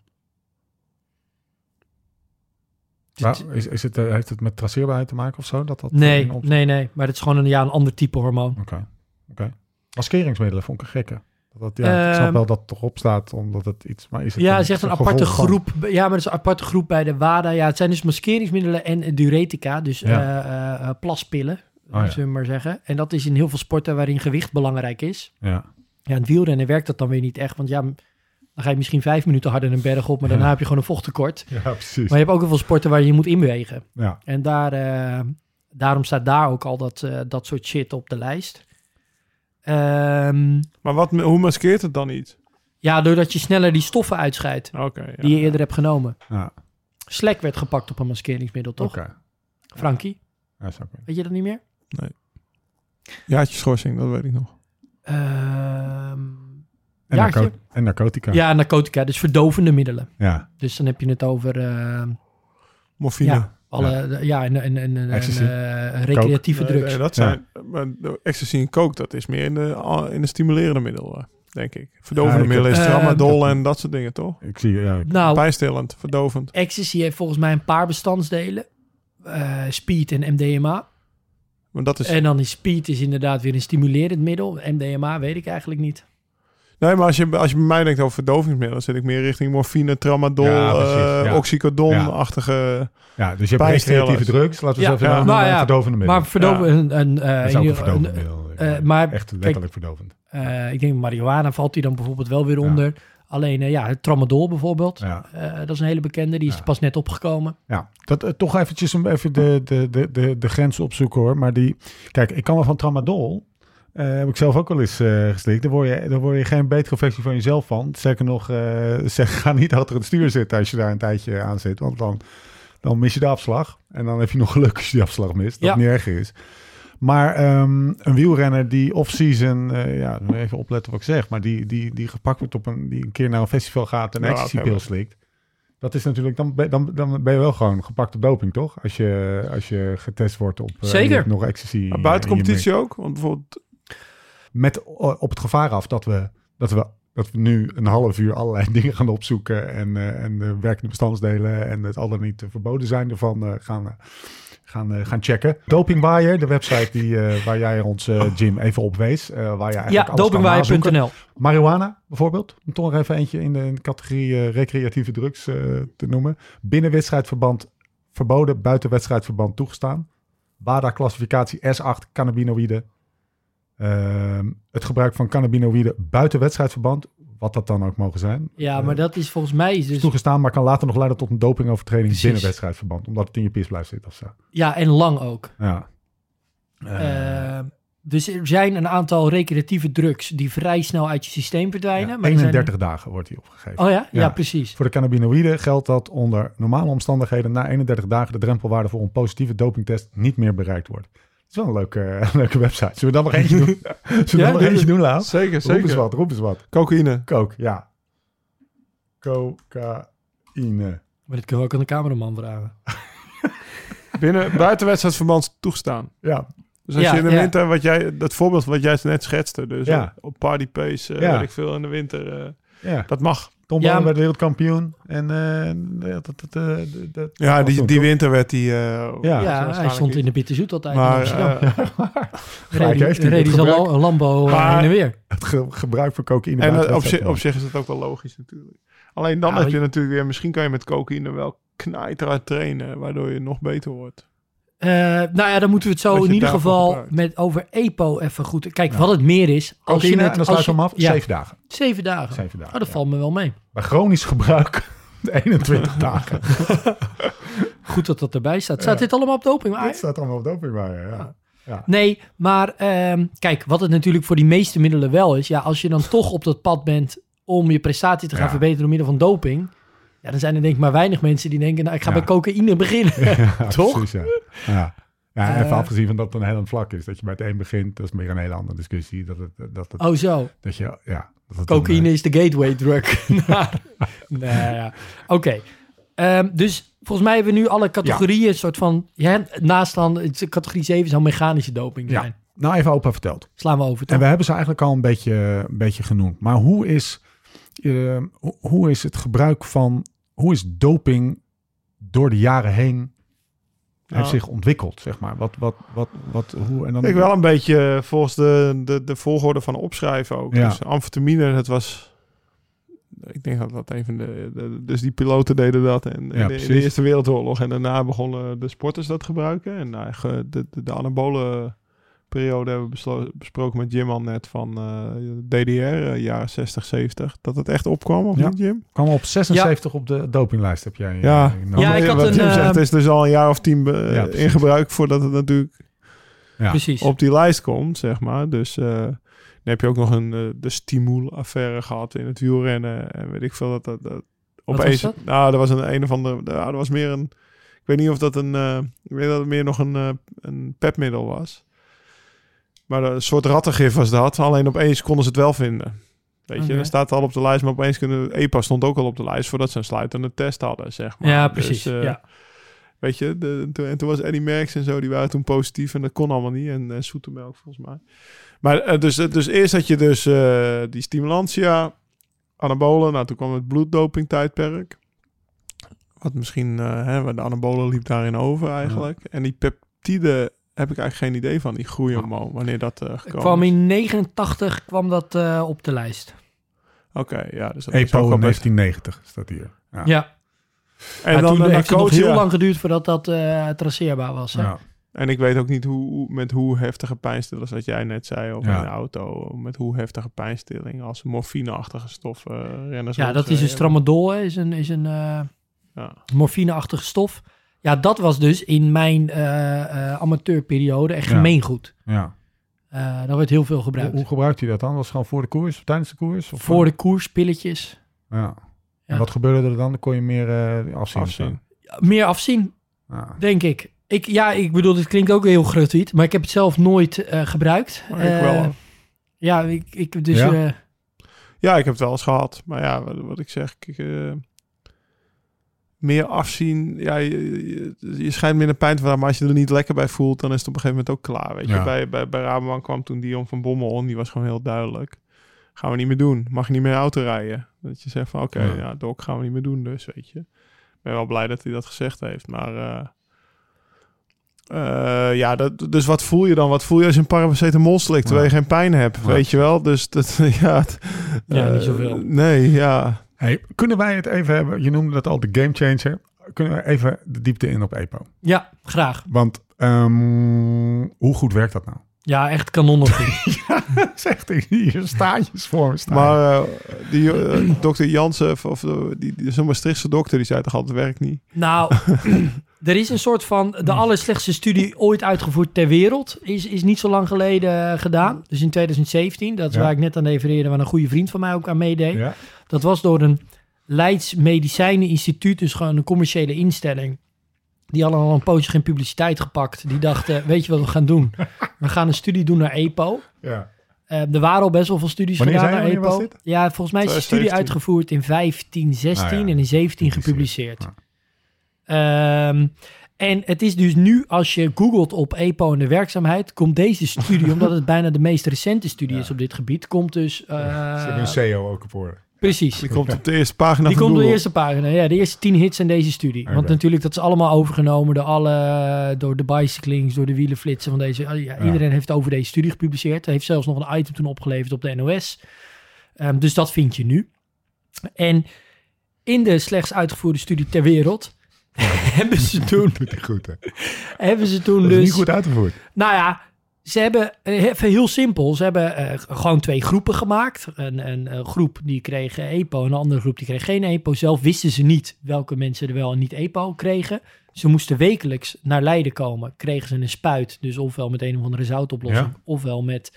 Heeft het met traceerbaarheid te maken of zo? Nee. Maar het is gewoon een ander type hormoon. Oké. Maskeringsmiddelen vond ik een gekke. Ik snap wel dat het erop staat, omdat het iets... Maar is het het is echt een aparte groep. Ja, maar het is een aparte groep bij de WADA. Ja, het zijn dus maskeringsmiddelen en diuretica. Dus plaspillen, zullen we maar zeggen. En dat is in heel veel sporten waarin gewicht belangrijk is. Ja, in het wielrennen werkt dat dan weer niet echt. Want dan ga je misschien 5 minuten harder een berg op, maar daarna heb je gewoon een vochttekort. Ja, precies. Maar je hebt ook heel veel sporten waar je moet inbewegen. Ja. En daarom staat daar ook al dat soort shit op de lijst. Maar hoe maskeert het dan niet? Ja, doordat je sneller die stoffen uitscheidt die je eerder hebt genomen. Ja. Slek werd gepakt op een maskeringsmiddel, toch? Frankie? Ja, weet je dat niet meer? Nee. Jaartje schorsing, dat weet ik nog. En narcotica. Ja, narcotica, dus verdovende middelen. Ja. Dus dan heb je het over... morfine. En recreatieve drugs. Dat zijn ecstasy en coke, dat is meer in de stimulerende middelen, denk ik. Verdovende middelen is tramadol en dat soort dingen, toch? Ik zie, pijnstillend, verdovend. Ecstasy heeft volgens mij een paar bestandsdelen. Speed en MDMA. Maar dat is... En dan is speed inderdaad weer een stimulerend middel. MDMA weet ik eigenlijk niet. Nee, maar als je bij mij denkt over verdovingsmiddelen, zit ik meer richting morfine, tramadol, oxycodon-achtige. Ja, dus je hebt recreatieve drugs. Laten we even verdovende middelen. Maar verdovende middel. Maar echt letterlijk verdovend. Ik denk marihuana valt die dan bijvoorbeeld wel weer onder. Alleen het tramadol bijvoorbeeld. Ja. Dat is een hele bekende. Die is pas net opgekomen. Ja, dat toch eventjes even de grens opzoeken hoor. Maar kijk, ik kan wel van tramadol. Heb ik zelf ook wel eens geslikt. Daar word je geen betere versie van jezelf van. Zeker nog, ga niet achter het stuur zitten als je daar een tijdje aan zit. Want dan mis je de afslag. En dan heb je nog geluk als je die afslag mist. Dat niet erger is. Maar een wielrenner die off-season, even opletten wat ik zeg, maar die gepakt wordt die een keer naar een festival gaat en ecstasy-pil slikt. Dat is natuurlijk, dan ben je wel gewoon gepakt op doping, toch? Als je getest wordt op nog ecstasy. Maar buiten competitie ook? Want bijvoorbeeld op het gevaar af dat we nu een half uur allerlei dingen gaan opzoeken en de werkende bestandsdelen en het al dan niet verboden zijn ervan gaan checken. Dopingwire, de website waar jij ons, Jim, even op wees. Waar je eigenlijk alles dopingwire.nl. Marihuana bijvoorbeeld. Om toch nog even eentje in de categorie recreatieve drugs te noemen. Binnen wedstrijdverband verboden, buiten wedstrijdverband toegestaan. WADA-classificatie S8, cannabinoïden. Het gebruik van cannabinoïden buiten wedstrijdverband, wat dat dan ook mogen zijn. Ja, maar dat is volgens mij dus toegestaan, maar kan later nog leiden tot een dopingovertreding binnen wedstrijdverband, omdat het in je pis blijft zitten of zo. Ja, en lang ook. Ja. Dus er zijn een aantal recreatieve drugs die vrij snel uit je systeem verdwijnen. Ja, maar 31 dagen wordt die opgegeven. Oh ja? Ja, precies. Voor de cannabinoïden geldt dat onder normale omstandigheden na 31 dagen de drempelwaarde voor een positieve dopingtest niet meer bereikt wordt. Dat is wel een leuke website. Zullen we dan nog eentje doen? Doen, Lau? Zeker. Roep eens wat. Cocaïne. Coke, ja. Cocaïne. Maar dit kunnen we ook aan de cameraman vragen. Buiten wedstrijdverband toegestaan. Ja. Dus als je in de winter, dat voorbeeld wat jij net schetste, dus op party pace, weet ik veel, in de winter, dat mag. Tom Bonen werd wereldkampioen. En die winter werd hij... hij stond in de Bitterzoet altijd maar, in Amsterdam. Reed hij zo'n Lambo heen en weer. Het gebruik van cocaïne. En op zich is het ook wel logisch natuurlijk. Alleen dan heb je natuurlijk weer... Misschien kan je met cocaïne wel knijteruit trainen, waardoor je nog beter wordt. Dan moeten we het zo in ieder geval over EPO even goed... Kijk, wat het meer is... Als je en dan sluit je hem af, 7 dagen. 7 dagen. Dat valt me wel mee. Bij chronisch gebruik 21 dagen. Goed dat erbij staat. Staat dit allemaal op dopingwire? Dit staat allemaal op dopingwire, ja. Nee, maar kijk, wat het natuurlijk voor die meeste middelen wel is... als je dan toch op dat pad bent om je prestatie te gaan verbeteren door middel van doping... Ja, dan zijn er denk ik maar weinig mensen die denken... ik ga bij cocaïne beginnen. Toch? Precies, ja. Ja, even afgezien van dat het een heel vlak is. Dat je bij het een begint, dat is meer een hele andere discussie. Oh zo. Dat je, cocaïne is de gateway drug. Oké. Dus volgens mij hebben we nu alle categorieën soort van... naast dan, categorie 7 zou mechanische doping zijn. Ja. Nou, even open verteld. Slaan we over, toch? En we hebben ze eigenlijk al een beetje genoemd. Maar hoe is het gebruik van... Hoe is doping door de jaren heen heeft zich ontwikkeld, zeg maar? Hoe? En dan... Ik wel een beetje volgens de volgorde van opschrijven ook. Ja. Dus amfetamine, dat was... Ik denk dat een van dus die piloten deden dat. En in de Eerste Wereldoorlog. En daarna begonnen de sporters dat gebruiken. En de anabole periode hebben we besproken met Jim al net van DDR, jaren 60, 70. Dat het echt opkwam, of niet, Jim? Kwam op 76 op de dopinglijst, heb jij. Ik had wat Jim zegt, het is dus al een jaar of 10 in gebruik voordat het natuurlijk op die lijst komt, zeg maar. Dus dan heb je ook nog de Stimul-affaire gehad in het wielrennen. En weet ik veel dat opeens... Dat? Nou, dat was een of andere... dat was meer een... Ik weet niet of dat ik weet dat het meer nog een pepmiddel was. Maar een soort rattengif was dat. Alleen opeens konden ze het wel vinden. Weet je, dan staat het al op de lijst. Maar opeens EPA stond ook al op de lijst voordat ze een sluitende test hadden, zeg maar. Ja, precies. Dus, weet je, toen was Eddy Merckx en zo, die waren toen positief. En dat kon allemaal niet. En zoetemelk volgens mij. Maar dus eerst had je dus die stimulantia, anabolen. Nou, toen kwam het bloeddoping tijdperk. Wat misschien, de anabolen liep daarin over eigenlijk. Ja. En die peptiden heb ik eigenlijk geen idee van, die groeihormoon, wanneer dat gekomen kwam in 89 kwam dat op de lijst. Oké, ja. Dus dat EPO in 1990 staat hier. Ja. En dan toen heeft het nog heel lang geduurd voordat dat traceerbaar was. Hè? En ik weet ook niet met hoe heftige pijnstillers, wat jij net zei over een auto, met hoe heftige pijnstilling als morfineachtige stoffen renners. Ja, dat is een tramadol, is een morfineachtige stof. Ja, dat was dus in mijn amateurperiode echt gemeengoed. Ja. Daar werd heel veel gebruikt. Hoe gebruikt hij dat dan? Was het gewoon voor de koers of tijdens de koers? Of voor de koers, pilletjes. Ja. En wat gebeurde er dan? Dan kon je meer afzien. Ja, meer afzien, denk ik. Ik bedoel, dit klinkt ook heel gratuit, maar ik heb het zelf nooit gebruikt. Ik wel. Ja, ik dus... Ja, ik heb het wel eens gehad. Maar ja, wat ik zeg, meer afzien. Ja, je schijnt minder pijn te hebben, maar als je er niet lekker bij voelt, dan is het op een gegeven moment ook klaar. Weet je? Bij Rabobank kwam toen Dion van Bommel on, die was gewoon heel duidelijk. Gaan we niet meer doen. Mag je niet meer auto rijden. Dat je zegt van oké, Doc, gaan we niet meer doen dus, weet je. Ik ben wel blij dat hij dat gezegd heeft, maar... dus wat voel je dan? Wat voel je als je een paracetamol slikt terwijl je geen pijn hebt, weet je wel? Dus dat, niet zoveel. Nee, ja. Hey, kunnen wij het even hebben? Je noemde dat al de game changer. Kunnen we even de diepte in op EPO? Ja, graag. Want hoe goed werkt dat nou? Ja, echt kanonnengoed. Ja, zegt hij hier staartjes voor me staan. Maar dokter Jansen, of zo'n Maastrichtse dokter, die zei toch altijd, werkt niet? Nou, er is een soort van de allerslechtste studie ooit uitgevoerd ter wereld. Is niet zo lang geleden gedaan. Dus in 2017. Dat is waar ik net aan refereerde, waar een goede vriend van mij ook aan meedeed. Ja. Dat was door een Leids Medicijnen Instituut, dus gewoon een commerciële instelling. Die hadden al een poosje geen publiciteit gepakt. Die dachten, weet je wat we gaan doen? We gaan een studie doen naar EPO. Ja. Er waren al best wel veel studies gedaan naar EPO. Ja, volgens mij is de studie uitgevoerd in 15, 16 en in 17 gepubliceerd. Ja. En het is dus nu, als je googelt op EPO en de werkzaamheid, komt deze studie, omdat het bijna de meest recente studie is op dit gebied, komt dus... Ze hebben een CEO ook voor. Precies. Die komt op de eerste pagina Die komt op de eerste pagina, ja. De eerste 10 hits in deze studie. Okay. Want natuurlijk, dat is allemaal overgenomen door de bicyclings, door de wielenflitsen van deze... Iedereen heeft over deze studie gepubliceerd. Hij heeft zelfs nog een item toen opgeleverd op de NOS. Dus dat vind je nu. En in de slechts uitgevoerde studie ter wereld hebben ze toen... Hebben ze toen dus... niet goed uitgevoerd. Nou ja... Ze hebben, even heel simpel, ze hebben gewoon 2 groepen gemaakt. Een groep die kreeg EPO, een andere groep die kreeg geen EPO. Zelf wisten ze niet welke mensen er wel en niet EPO kregen. Ze moesten wekelijks naar Leiden komen. Kregen ze een spuit, dus ofwel met een of andere zoutoplossing, ofwel met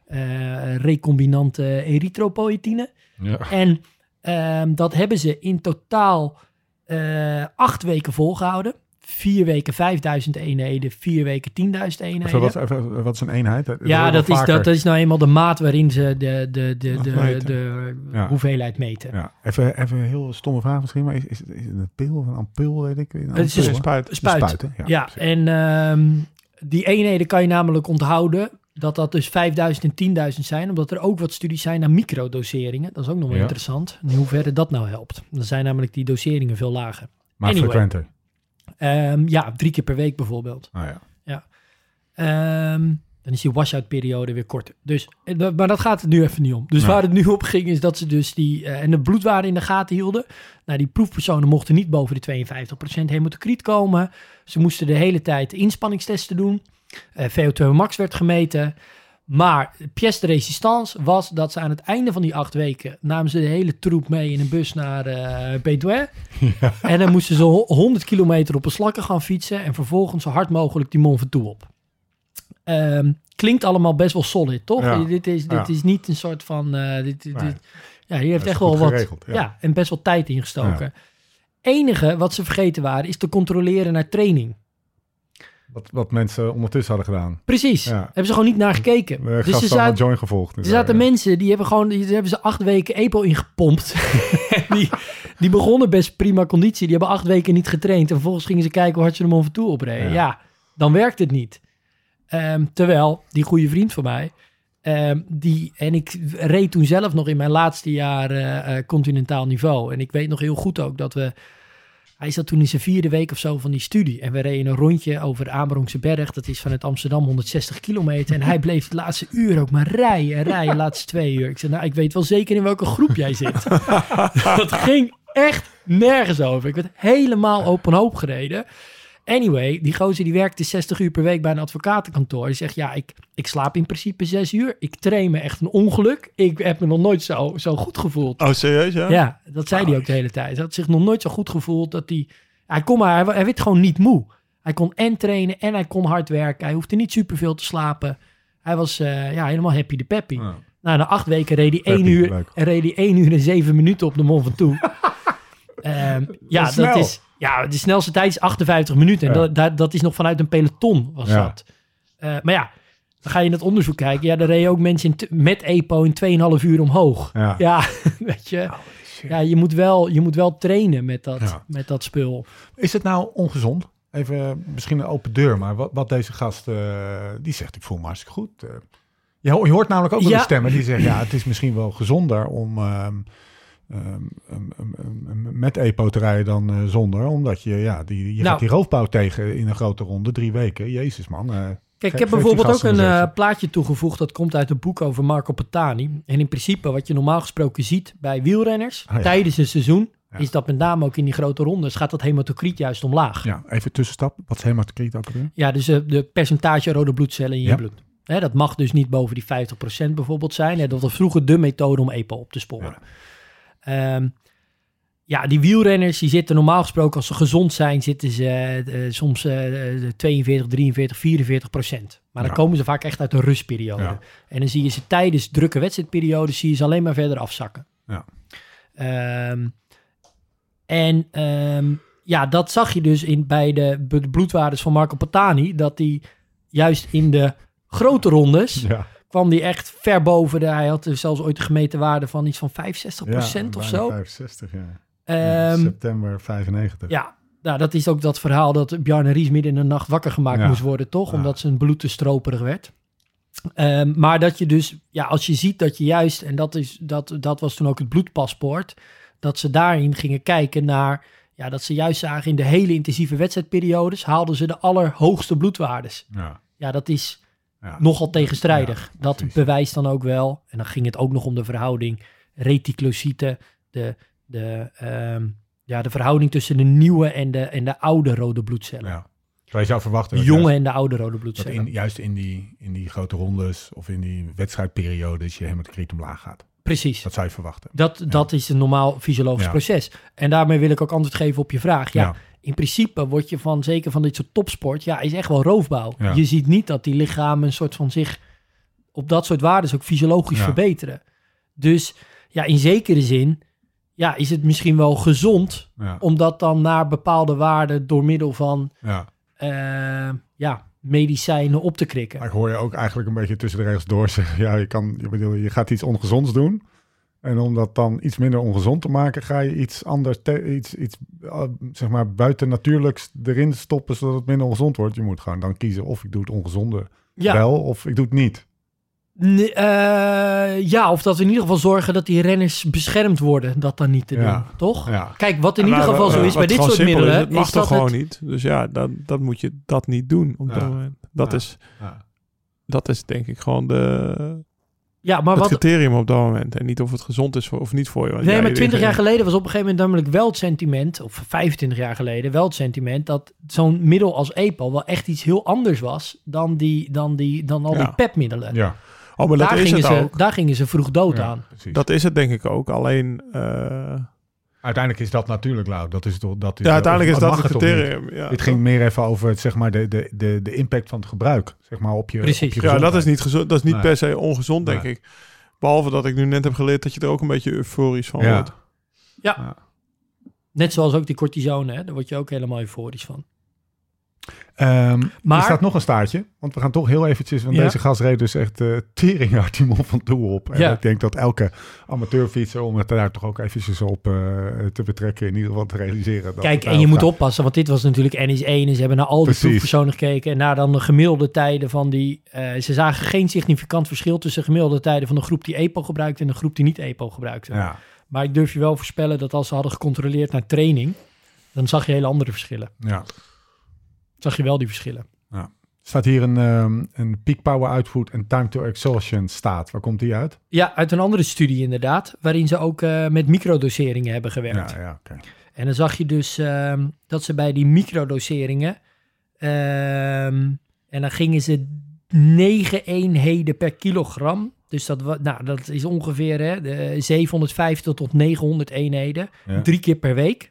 recombinante erythropoïetine. Ja. En dat hebben ze in totaal 8 weken volgehouden. 4 weken 5000 eenheden, 4 weken 10.000 eenheden. Wat is een eenheid? Dat is nou eenmaal de maat waarin ze de hoeveelheid meten. Ja. Even een heel stomme vraag misschien, maar is het een pil of een ampul, weet ik? Het is een spuit. Ja, en die eenheden kan je namelijk onthouden dat dus 5000 en 10.000 zijn, omdat er ook wat studies zijn naar microdoseringen. Dat is ook nog wel interessant. In hoeverre dat nou helpt. Dan zijn namelijk die doseringen veel lager. Maar frequenter. 3 keer per week bijvoorbeeld. Dan is die washout periode weer korter. Dus, maar dat gaat het nu even niet om. Dus waar het nu op ging is dat ze dus en de bloedwaarde in de gaten hielden. Nou, die proefpersonen mochten niet boven de 52% hemotocriet komen. Ze moesten de hele tijd inspanningstesten doen. VO2 max werd gemeten. Maar pièce de résistance was dat ze aan het einde van die 8 weken... namen ze de hele troep mee in een bus naar Bédouin. Ja. En dan moesten ze 100 kilometer op een slakken gaan fietsen... en vervolgens zo hard mogelijk die Mont Ventoux op. Klinkt allemaal best wel solid, toch? Ja. Dit is niet een soort van... hier heeft echt wel wat... Geregeld, ja, en best wel tijd ingestoken. Ja. Enige wat ze vergeten waren... is te controleren naar training. Wat mensen ondertussen hadden gedaan. Precies. Ja. Hebben ze gewoon niet naar gekeken. Dus ze zaten Join gevolgd. Er zaten mensen die hebben ze 8 weken EPO ingepompt. die begonnen best prima conditie. Die hebben 8 weken niet getraind. En vervolgens gingen ze kijken hoe hard ze de Mont Ventoux opreden. Ja, dan werkt het niet. Terwijl die goede vriend van mij... en ik reed toen zelf nog in mijn laatste jaar continentaal niveau. En ik weet nog heel goed ook dat we... Hij zat toen in zijn 4e week of zo van die studie. En we reden een rondje over de Amerongse Berg. Dat is vanuit Amsterdam 160 kilometer. En hij bleef de laatste uur ook maar rijden. De laatste 2 uur. Ik zei, ik weet wel zeker in welke groep jij zit. Dat ging echt nergens over. Ik werd helemaal op een hoop gereden. Anyway, die gozer die werkte 60 uur per week bij een advocatenkantoor. Die zegt, ik slaap in principe 6 uur. Ik train me echt een ongeluk. Ik heb me nog nooit zo goed gevoeld. Oh, serieus, ja? Ja, dat zei hij ook de hele tijd. Hij had zich nog nooit zo goed gevoeld dat hij werd gewoon niet moe. Hij kon en trainen en hij kon hard werken. Hij hoefde niet superveel te slapen. Hij was helemaal happy de peppy. Ja. Nou, na 8 weken reed hij 1 uur en 7 minuten op de Mont Ventoux. De snelste tijd is 58 minuten. En dat is nog vanuit een peloton was dat. Maar ja, dan ga je in het onderzoek kijken. Ja, daar reden ook mensen met EPO in 2,5 uur omhoog. Ja, weet je. Ja, je moet wel trainen met dat spul. Is het nou ongezond? Even misschien een open deur, maar wat deze gast, die zegt, ik voel me hartstikke goed. Je hoort namelijk ook wel de stemmen die zeggen, het is misschien wel gezonder om met EPO te rijden dan zonder. Omdat je gaat die roofbouw tegen in een grote ronde, 3 weken. Jezus man. Kijk, ik heb bijvoorbeeld ook een plaatje toegevoegd. Dat komt uit het boek over Marco Pantani. En in principe wat je normaal gesproken ziet bij wielrenners tijdens een seizoen, is dat met name ook in die grote rondes gaat dat hematocriet juist omlaag. Ja, even tussenstap. Wat is hematocriet ook weer? Ja, dus de percentage rode bloedcellen in je bloed. Dat mag dus niet boven die 50% bijvoorbeeld zijn. Dat was vroeger de methode om EPO op te sporen. Die wielrenners die zitten normaal gesproken, als ze gezond zijn, zitten ze soms 42, 43, 44%. Maar dan komen ze vaak echt uit een rustperiode. Ja. En dan zie je ze tijdens drukke wedstrijdperiodes zie je ze alleen maar verder afzakken. Ja. Dat zag je dus bij de bloedwaardes van Marco Pantani, dat hij juist in de grote rondes kwam die echt ver boven hij had zelfs ooit een gemeten waarde van iets van 65% of zo. 65, ja. September 95. Ja, nou, dat is ook dat verhaal dat Bjarne Ries midden in de nacht wakker gemaakt moest worden, toch? Ja. Omdat zijn bloed te stroperig werd. Maar dat je dus, als je ziet dat je juist, en dat was toen ook het bloedpaspoort, dat ze daarin gingen kijken naar, dat ze juist zagen in de hele intensieve wedstrijdperiodes haalden ze de allerhoogste bloedwaardes. Ja, dat is nogal tegenstrijdig. Dat bewijst dan ook wel, en dan ging het ook nog om de verhouding reticulocyten, de verhouding tussen de nieuwe en de oude rode bloedcellen. Ja. Zou je zou verwachten. De jonge en de oude rode bloedcellen. Juist in die grote rondes of in die wedstrijdperiodes je hematocriet omlaag gaat. Precies. Dat zou je verwachten. Dat is een normaal fysiologisch proces. En daarmee wil ik ook antwoord geven op je vraag. In principe word je zeker van dit soort topsport, is echt wel roofbouw. Ja. Je ziet niet dat die lichamen een soort van zich op dat soort waarden ook fysiologisch verbeteren. Dus in zekere zin is het misschien wel gezond om dat dan naar bepaalde waarden door middel van medicijnen op te krikken. Maar ik hoor je ook eigenlijk een beetje tussen de regels door zeggen, je gaat iets ongezonds doen. En om dat dan iets minder ongezond te maken, ga je iets anders, zeg maar buiten natuurlijks erin stoppen, zodat het minder ongezond wordt. Je moet gewoon dan kiezen of ik doe het ongezonde wel, of ik doe het niet. Of dat we in ieder geval zorgen dat die renners beschermd worden, dat dan niet te doen, toch? Ja. Kijk, wat in ieder geval zo is bij dit soort middelen. Het mag toch gewoon niet? Dus dan moet je dat niet doen op dat moment. Dat is denk ik gewoon het criterium op dat moment. En niet of het gezond is of niet voor je. Nee, maar 20 jaar geleden was op een gegeven moment namelijk wel het sentiment, of 25 jaar geleden wel het sentiment, dat zo'n middel als EPO wel echt iets heel anders was dan al die PEP-middelen. Ja. Oh, maar daar gingen ze vroeg dood aan. Precies. Dat is het denk ik ook. Alleen uiteindelijk is dat natuurlijk, Lau. Uiteindelijk is dat het criterium. Ja, dit ging meer even over zeg maar de impact van het gebruik, zeg maar op je. Precies. Dat is niet gezond. Dat is niet per se ongezond, denk ik. Behalve dat ik nu net heb geleerd dat je er ook een beetje euforisch van wordt. Ja. Net zoals ook die cortisone, hè? Daar word je ook helemaal euforisch van. Maar er staat nog een staartje, want we gaan toch heel eventjes, want deze gast reed dus echt teringhard die Mont Ventoux op. En ik denk dat elke amateurfietser, om het daar toch ook eventjes op te betrekken, in ieder geval te realiseren. Kijk, en je moet oppassen, want dit was natuurlijk NS1 en ze hebben naar al die proefpersonen gekeken en naar dan de gemiddelde tijden van die, ze zagen geen significant verschil tussen gemiddelde tijden van de groep die EPO gebruikte en de groep die niet EPO gebruikte. Ja. Maar ik durf je wel voorspellen dat als ze hadden gecontroleerd naar training, dan zag je hele andere verschillen. Ja. Zag je wel die verschillen. Ja. Staat hier een peak power output en time to exhaustion staat. Waar komt die uit? Ja, uit een andere studie inderdaad, waarin ze ook met microdoseringen hebben gewerkt. Ja, okay. En dan zag je dus dat ze bij die microdoseringen En dan gingen ze 9 eenheden per kilogram. Dus dat is ongeveer 750 tot 900 eenheden. Ja. 3 keer per week.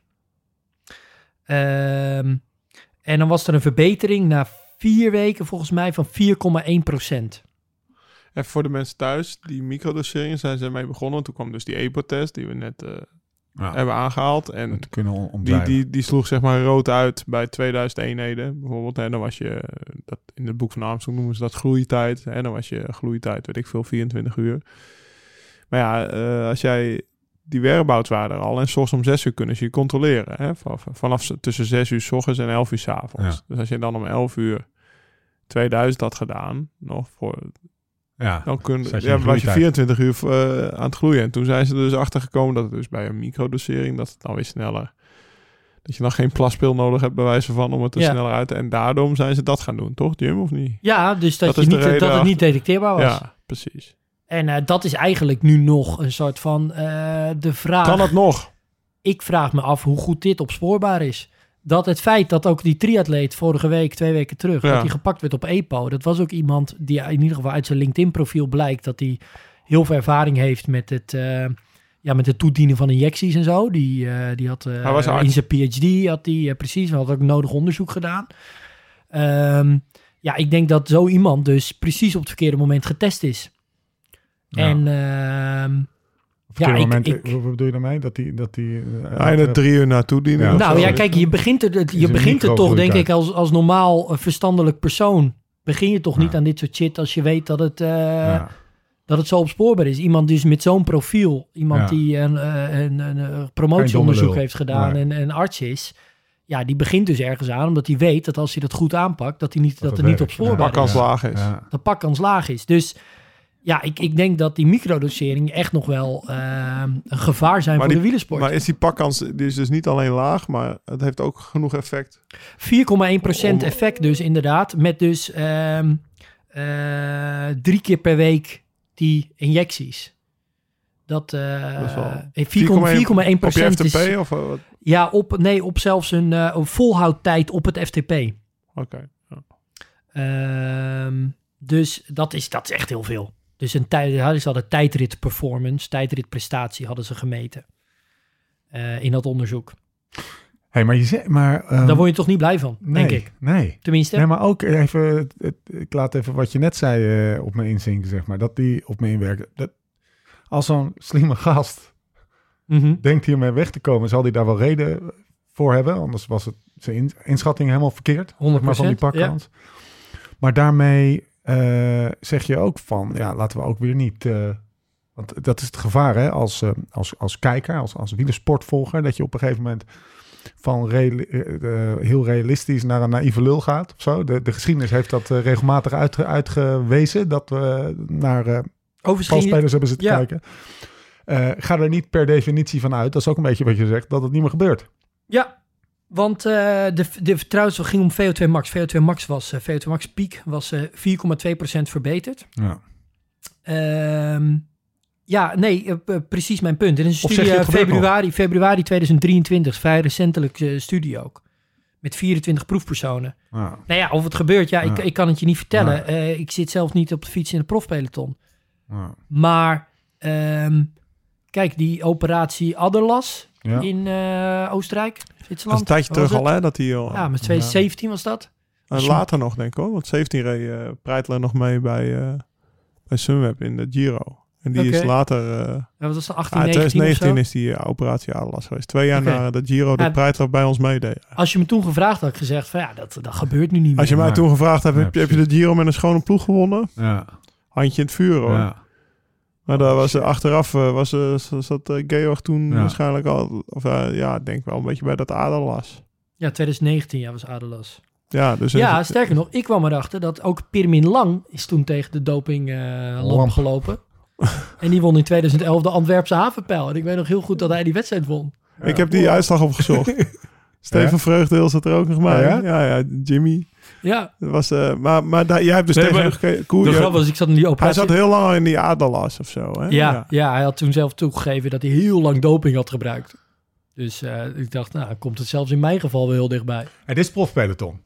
En dan was er een verbetering na 4 weken volgens mij van 4,1%. En voor de mensen thuis, die microdoseringen zijn ze mee begonnen. Toen kwam dus die EPO-test die we net hebben aangehaald. En die sloeg zeg maar rood uit bij 2000 eenheden. Bijvoorbeeld, en dan was je, dat in het boek van Armstrong noemen ze dat groeitijd. En dan was je groeitijd, weet ik veel, 24 uur. Maar ja, als jij die whereabouts waren er al. En 's ochtends om 6 uur kunnen ze je controleren. Hè? Vanaf tussen 6 uur 's ochtends en 11 uur 's avonds. Ja. Dus als je dan om 11 uur 2000 had gedaan, nog voor... Ja, dan was je 24 uur aan het groeien. En toen zijn ze er dus achter gekomen dat het dus bij een microdosering, dat het dan weer sneller... Dat je dan geen plaspil nodig hebt bij wijze van om het er sneller uit... En daarom zijn ze dat gaan doen, toch Jim, of niet? Ja, dus dat het niet detecteerbaar was. Ja, precies. En dat is eigenlijk nu nog een soort van de vraag... Kan het nog? Ik vraag me af hoe goed dit opspoorbaar is. Dat het feit dat ook die triatleet vorige week, 2 weken terug... dat hij gepakt werd op EPO. Dat was ook iemand die in ieder geval uit zijn LinkedIn-profiel blijkt... dat hij heel veel ervaring heeft met het toedienen van injecties en zo. Die had in zijn PhD had hij precies... had ook nodig onderzoek gedaan. Ik denk dat zo iemand dus precies op het verkeerde moment getest is. Ja. En... Wat bedoel je daarmee? Dat die er 3 uur naartoe dienen. Kijk, je begint er toch, denk ik, als normaal verstandelijk persoon. Begin je toch niet aan dit soort shit als je weet dat het zo opspoorbaar is. Iemand dus met zo'n profiel, iemand die een promotieonderzoek heeft gedaan en arts is. Ja, die begint dus ergens aan, omdat hij weet dat als hij dat goed aanpakt, dat het niet opspoorbaar is. Pakkans laag is. De pakkans laag is. Dus... Ja, ik denk dat die microdosering echt nog wel een gevaar zijn voor de wielersport. Maar is die pakkans die is dus niet alleen laag, maar het heeft ook genoeg effect? 4,1% effect dus inderdaad. Met dus 3 keer per week die injecties. Dat 4,1% op je FTP is... Of wat? Ja, op zelfs een volhoudtijd op het FTP. Oké. Dus dat is echt heel veel. Dus ze hadden tijdritprestatie hadden ze gemeten in dat onderzoek. Hey, maar daar word je toch niet blij van, denk ik. Nee. Tenminste. Nee, maar ook even, ik laat even wat je net zei op me inzinken, zeg maar. Dat die op me inwerken. Als zo'n slimme gast denkt hiermee weg te komen, zal hij daar wel reden voor hebben. Anders was het zijn inschatting helemaal verkeerd. 100% van die pakkans. Ja. Maar daarmee zeg je ook van, laten we ook weer niet... want dat is het gevaar, hè, als kijker, als wielersportvolger, dat je op een gegeven moment van heel realistisch naar een naïeve lul gaat of zo. De geschiedenis heeft dat regelmatig uitgewezen, dat we naar valspelers hebben zitten kijken. Ga er niet per definitie van uit, dat is ook een beetje wat je zegt, dat het niet meer gebeurt. Ja. Want trouwens, het ging om VO2 max. VO2 max piek was 4,2% verbeterd. Ja. Precies mijn punt. En een studie februari 2023, vrij recentelijk studie ook. Met 24 proefpersonen. Ja. Nou ja, of het gebeurt, ik kan het je niet vertellen. Ja. Ik zit zelf niet op de fiets in de profpeloton. Ja. Maar kijk, die operatie Aderlas in Oostenrijk, Zwitserland. Dat is een tijdje terug al, hè? Dat die al. Ja, met 2017 was dat. Later nog, denk ik hoor. Want 17 reed Breitler nog mee bij Sunweb in de Giro. En die is later... wat was dan 2019 is die operatie Aderlas geweest. 2 jaar na de Giro dat Breitler bij ons meedeed. Als je me toen gevraagd had, gezegd van dat gebeurt nu niet meer. Als je mij toen gevraagd hebt, heb je de Giro met een schone ploeg gewonnen? Ja. Handje in het vuur hoor. Ja. Maar daar was achteraf zat Georg toen waarschijnlijk al... ik denk wel een beetje bij dat Aderlas. Ja, 2019 was Aderlas. Ja, dus sterker nog, ik kwam erachter dat ook Pirmin Lang is toen tegen de doping lamp gelopen. En die won in 2011 de Antwerpse havenpijl. En ik weet nog heel goed dat hij die wedstrijd won. Ja, ik heb die uitslag opgezocht. Steven Vreugdeel zat er ook nog bij. Ja, Jimmy. Ja. Dat was, maar jij hebt dus tegen gekeken. De grap was, ik zat in die operatie. Hij zat heel lang in die Aderlas of zo. Hè? Ja, hij had toen zelf toegegeven dat hij heel lang doping had gebruikt. Dus ik dacht, komt het zelfs in mijn geval wel heel dichtbij. En dit is profpeloton.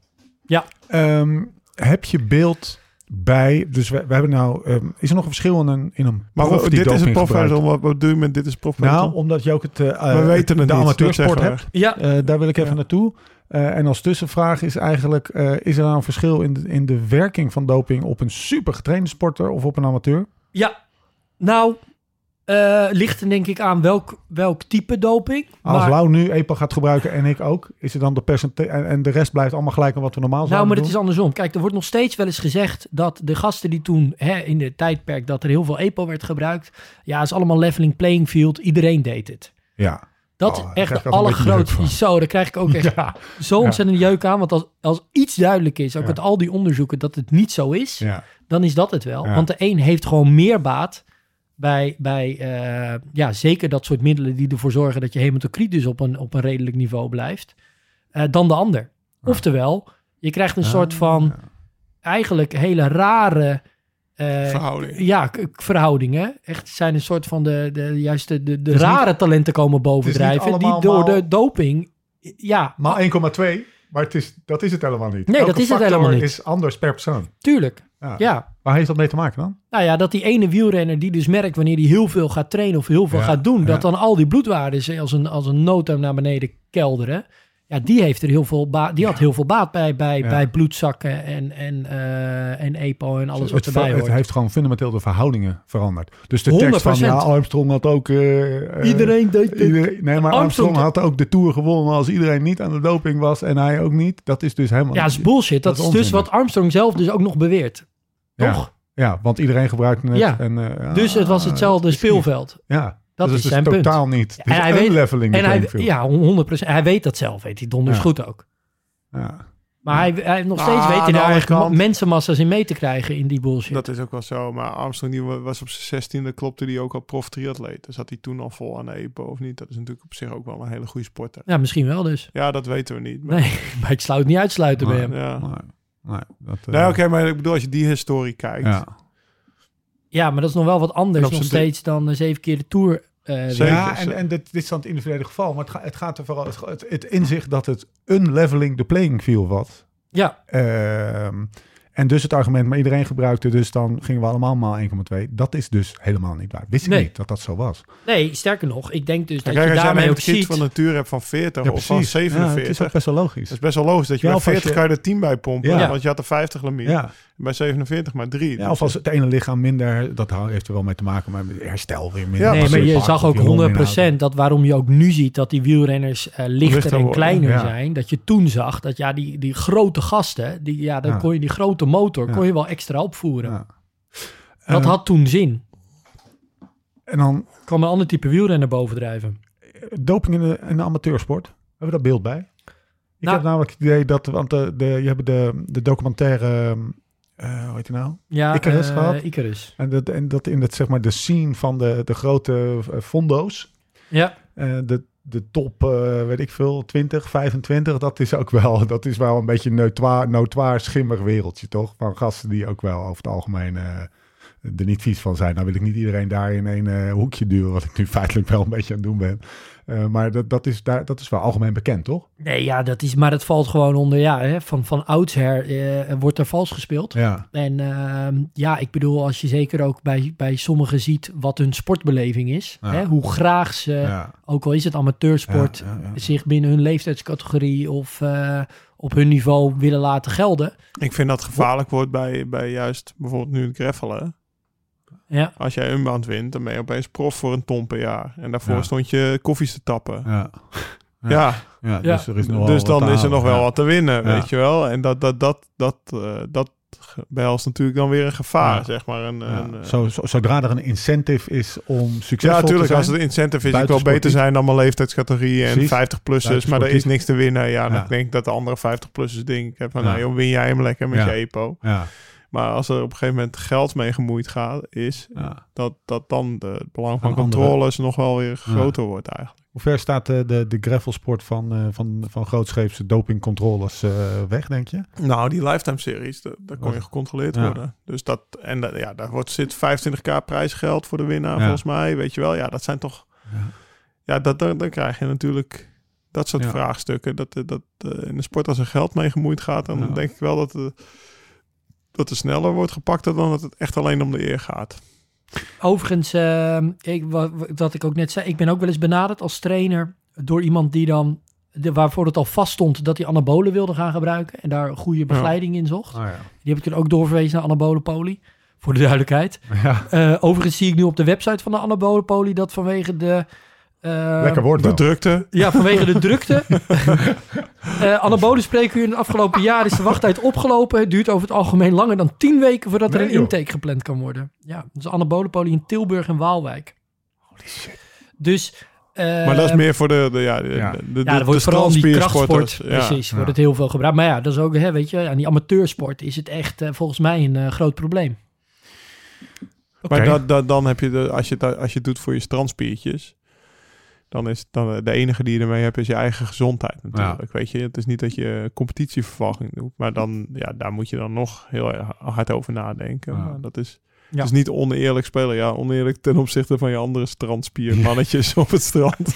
Ja. Heb je beeld bij... Dus we hebben nou... is er nog een verschil in een maar prof die dit is een professional. gebruikt? Wat doe je met dit is professional? Nou, omdat je ook we weten het de niet, amateursport hebt. Ja. Daar wil ik even naartoe. En als tussenvraag is eigenlijk... is er nou een verschil in de werking van doping op een super getrainde sporter of op een amateur? Ja. Nou... ligt er denk ik aan welk type doping. Als Lau nu EPO gaat gebruiken en ik ook, is het dan de percentage en de rest blijft allemaal gelijk aan wat we normaal zouden doen? Nou, maar het is andersom. Kijk, er wordt nog steeds wel eens gezegd dat de gasten die toen in de tijdperk dat er heel veel EPO werd gebruikt, ja, is allemaal leveling playing field. Iedereen deed het. Ja. Dat is echt de allergrootste. Zo, daar krijg ik ook echt zo ontzettend jeuk aan. Want als iets duidelijk is, ook uit al die onderzoeken, dat het niet zo is, dan is dat het wel. Ja. Want de een heeft gewoon meer baat bij zeker dat soort middelen die ervoor zorgen dat je hematocriet dus op een redelijk niveau blijft, dan de ander. Ja. Oftewel, je krijgt een soort van eigenlijk hele rare verhoudingen. Echt zijn een soort van de rare talenten komen bovendrijven die door de doping maar 1,2, maar dat is het helemaal niet. Nee, dat is het helemaal niet. Is anders per persoon. Tuurlijk. Ja. Waar heeft dat mee te maken dan? Nou ja, dat die ene wielrenner die dus merkt wanneer hij heel veel gaat trainen of heel veel gaat doen, dat dan al die bloedwaarden als een noodrem naar beneden kelderen. Ja, die heeft er heel veel had heel veel baat bij bloedzakken en EPO en alles wat erbij hoort. Het heeft gewoon fundamenteel de verhoudingen veranderd. Dus de tekst van Armstrong had ook... iedereen deed dit. Nee, maar Armstrong had ook de Tour gewonnen als iedereen niet aan de doping was en hij ook niet. Dat is dus helemaal... Ja, dat is bullshit. Dat is dus wat Armstrong zelf dus ook nog beweert. Toch? Ja, want iedereen gebruikte het. Ja. Dus het was hetzelfde speelveld. Ja. Dat is zijn punt. Totaal niet. En hij weet leveling. Ja, 100%. Hij weet dat zelf, weet hij donders goed ook. Ja. Maar hij nog steeds weet hij daar eigenlijk mensenmassa's in mee te krijgen in die bullshit. Dat is ook wel zo. Maar Armstrong die was op zijn 16e, klopte die ook al prof triatleet. Dus had hij toen al vol aan de EPO of niet? Dat is natuurlijk op zich ook wel een hele goede sporter. Ja, misschien wel dus. Ja, dat weten we niet. Maar... Nee, maar ik sluit niet uitsluiten bij hem. Ja. Nee, oké, maar ik bedoel, als je die historie kijkt... Ja, maar dat is nog wel wat anders nog steeds dan 7 keer de Tour. En dit is dan het individuele geval. Maar het gaat er vooral het inzicht dat het unleveling the playing field was. Ja. En dus het argument, maar iedereen gebruikte, dus dan gingen we allemaal maal 1,2. Dat is dus helemaal niet waar. Wist ik niet dat dat zo was. Nee, sterker nog, ik denk dus dat je daarmee ook ziet... van natuur hebt van 40 of van 47. Ja, het is ook best wel logisch. Het is best wel logisch dat je bij 40 kan je er 10 bij pompen, want je had er 50 limiet. Ja. Bij 47 maar 3. Ja, of als het ene lichaam minder, dat heeft er wel mee te maken, maar herstel weer minder. Nee, maar je zag ook 100% dat waarom je ook nu ziet dat die wielrenners lichter en kleiner zijn. Dat je toen zag dat die grote gasten, dan kon je die grote motor kon je wel extra opvoeren. Ja. Dat had toen zin. En dan kwam een ander type wielrenner bovendrijven. Doping in de amateursport. Hebben we dat beeld bij? Ik heb namelijk het idee dat, want je hebt de documentaire, hoe heet die nou? Ja, Icarus gehad. Icarus. En dat in het, zeg maar, de scene van de grote fondo's. Ja. De top, weet ik veel, 20, 25, dat is wel een beetje een notoir schimmig wereldje, toch? Van gasten die ook wel over het algemeen er niet vies van zijn. Nou wil ik niet iedereen daar in een hoekje duwen, wat ik nu feitelijk wel een beetje aan het doen ben. Maar dat is wel algemeen bekend, toch? Nee, ja, maar het valt gewoon onder, van oudsher wordt er vals gespeeld. Ja. En ik bedoel, als je zeker ook bij sommigen ziet wat hun sportbeleving is, hoe graag ze, ook al is het amateursport, zich binnen hun leeftijdscategorie of op hun niveau willen laten gelden. Ik vind dat gevaarlijk wordt bij juist bijvoorbeeld nu het gravelen. Ja. Als jij een band wint, dan ben je opeens prof voor een ton per jaar. En daarvoor stond je koffies te tappen. Ja. Dus er is nog dus dan is er nog wel wat te winnen, weet je wel. En dat behelst natuurlijk dan weer een gevaar, zeg maar. Zodra er een incentive is om succesvol te zijn. Ja, natuurlijk, als het een incentive is, ik wil beter zijn dan mijn leeftijdscategorie en 50-plussers, maar er is niks te winnen. Ja, dan denk ik dat de andere 50-plussers denken van, win jij hem lekker met je EPO. Ja. Maar als er op een gegeven moment geld mee gemoeid gaat, is dat dan het belang van controles nog wel weer groter wordt eigenlijk. Hoe ver staat de gravelsport van grootscheepse dopingcontroles weg, denk je? Nou, die lifetime series, daar kon je gecontroleerd worden. Dus daar zit 25k prijsgeld voor de winnaar volgens mij, weet je wel. Ja, dat zijn toch... Ja, dan krijg je natuurlijk... Dat soort vraagstukken. Dat in de sport als er geld mee gemoeid gaat, dan denk ik wel dat er sneller wordt gepakt dan dat het echt alleen om de eer gaat. Overigens, wat ik ook net zei, ik ben ook wel eens benaderd als trainer door iemand die dan, waarvoor het al vast stond dat hij anabolen wilde gaan gebruiken en daar goede begeleiding in zocht. Die heb ik toen ook doorverwezen naar Anabole Poly, voor de duidelijkheid. Ja. Overigens zie ik nu op de website van de Anabole Poly dat vanwege de lekker woord de drukte. Ja, vanwege de drukte. Anabolen spreekuur in het afgelopen jaar is de wachttijd opgelopen. Het duurt over het algemeen langer dan 10 weken voordat er een intake gepland kan worden. Ja, dus Anabole Poly in Tilburg en Waalwijk. Holy shit. Dus maar dat is meer voor dat wordt vooral die krachtsport. Precies, wordt het heel veel gebruikt. Maar ja, dat is ook, weet je, aan die amateursport is het echt volgens mij een groot probleem. Okay. Maar dan heb je als je het doet voor je strandspiertjes, dan is dan de enige die je ermee hebt is je eigen gezondheid natuurlijk. Ja. Weet je, het is niet dat je competitievervaging doet, maar dan daar moet je dan nog heel hard over nadenken. Ja. Maar dat is het is niet oneerlijk spelen. Ja, oneerlijk ten opzichte van je andere strandspiermannetjes op het strand.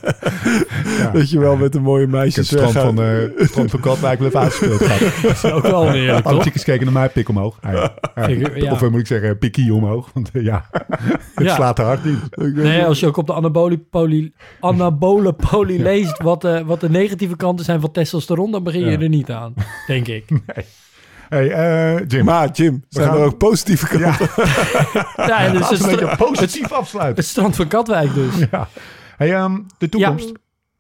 Dat je wel met een mooie meisjes strand van Katwijk even uitgespeeld gaat. Dat is ook wel oneerlijk, alle chickies keken naar mij, pik omhoog. Of moet ik zeggen, pikkie omhoog. Want het slaat er hard in. Nee, als je ook op de Anabole Poly leest wat de negatieve kanten zijn van testosteron, dan begin je er niet aan, denk ik. Nee. Hey, Jim. Maar Jim, zijn er ook positieve kanten? Ja, dus het positief afsluiten. Het strand van Katwijk dus. Ja. Hey, de toekomst?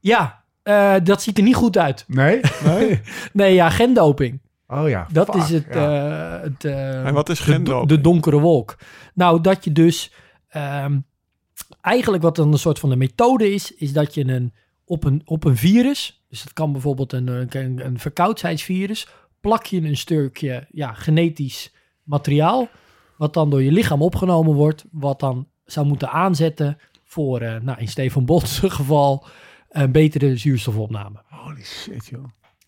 Dat ziet er niet goed uit. Nee? Nee, gendoping. Oh ja. Dat is het... en wat is gendoping? De donkere wolk. Nou, dat je dus... eigenlijk wat dan een soort van de methode is dat je op een virus... Dus dat kan bijvoorbeeld een verkoudheidsvirus... plak je een stukje genetisch materiaal, wat dan door je lichaam opgenomen wordt, wat dan zou moeten aanzetten voor, in Stefan Bots geval, een betere zuurstofopname. Holy shit, joh.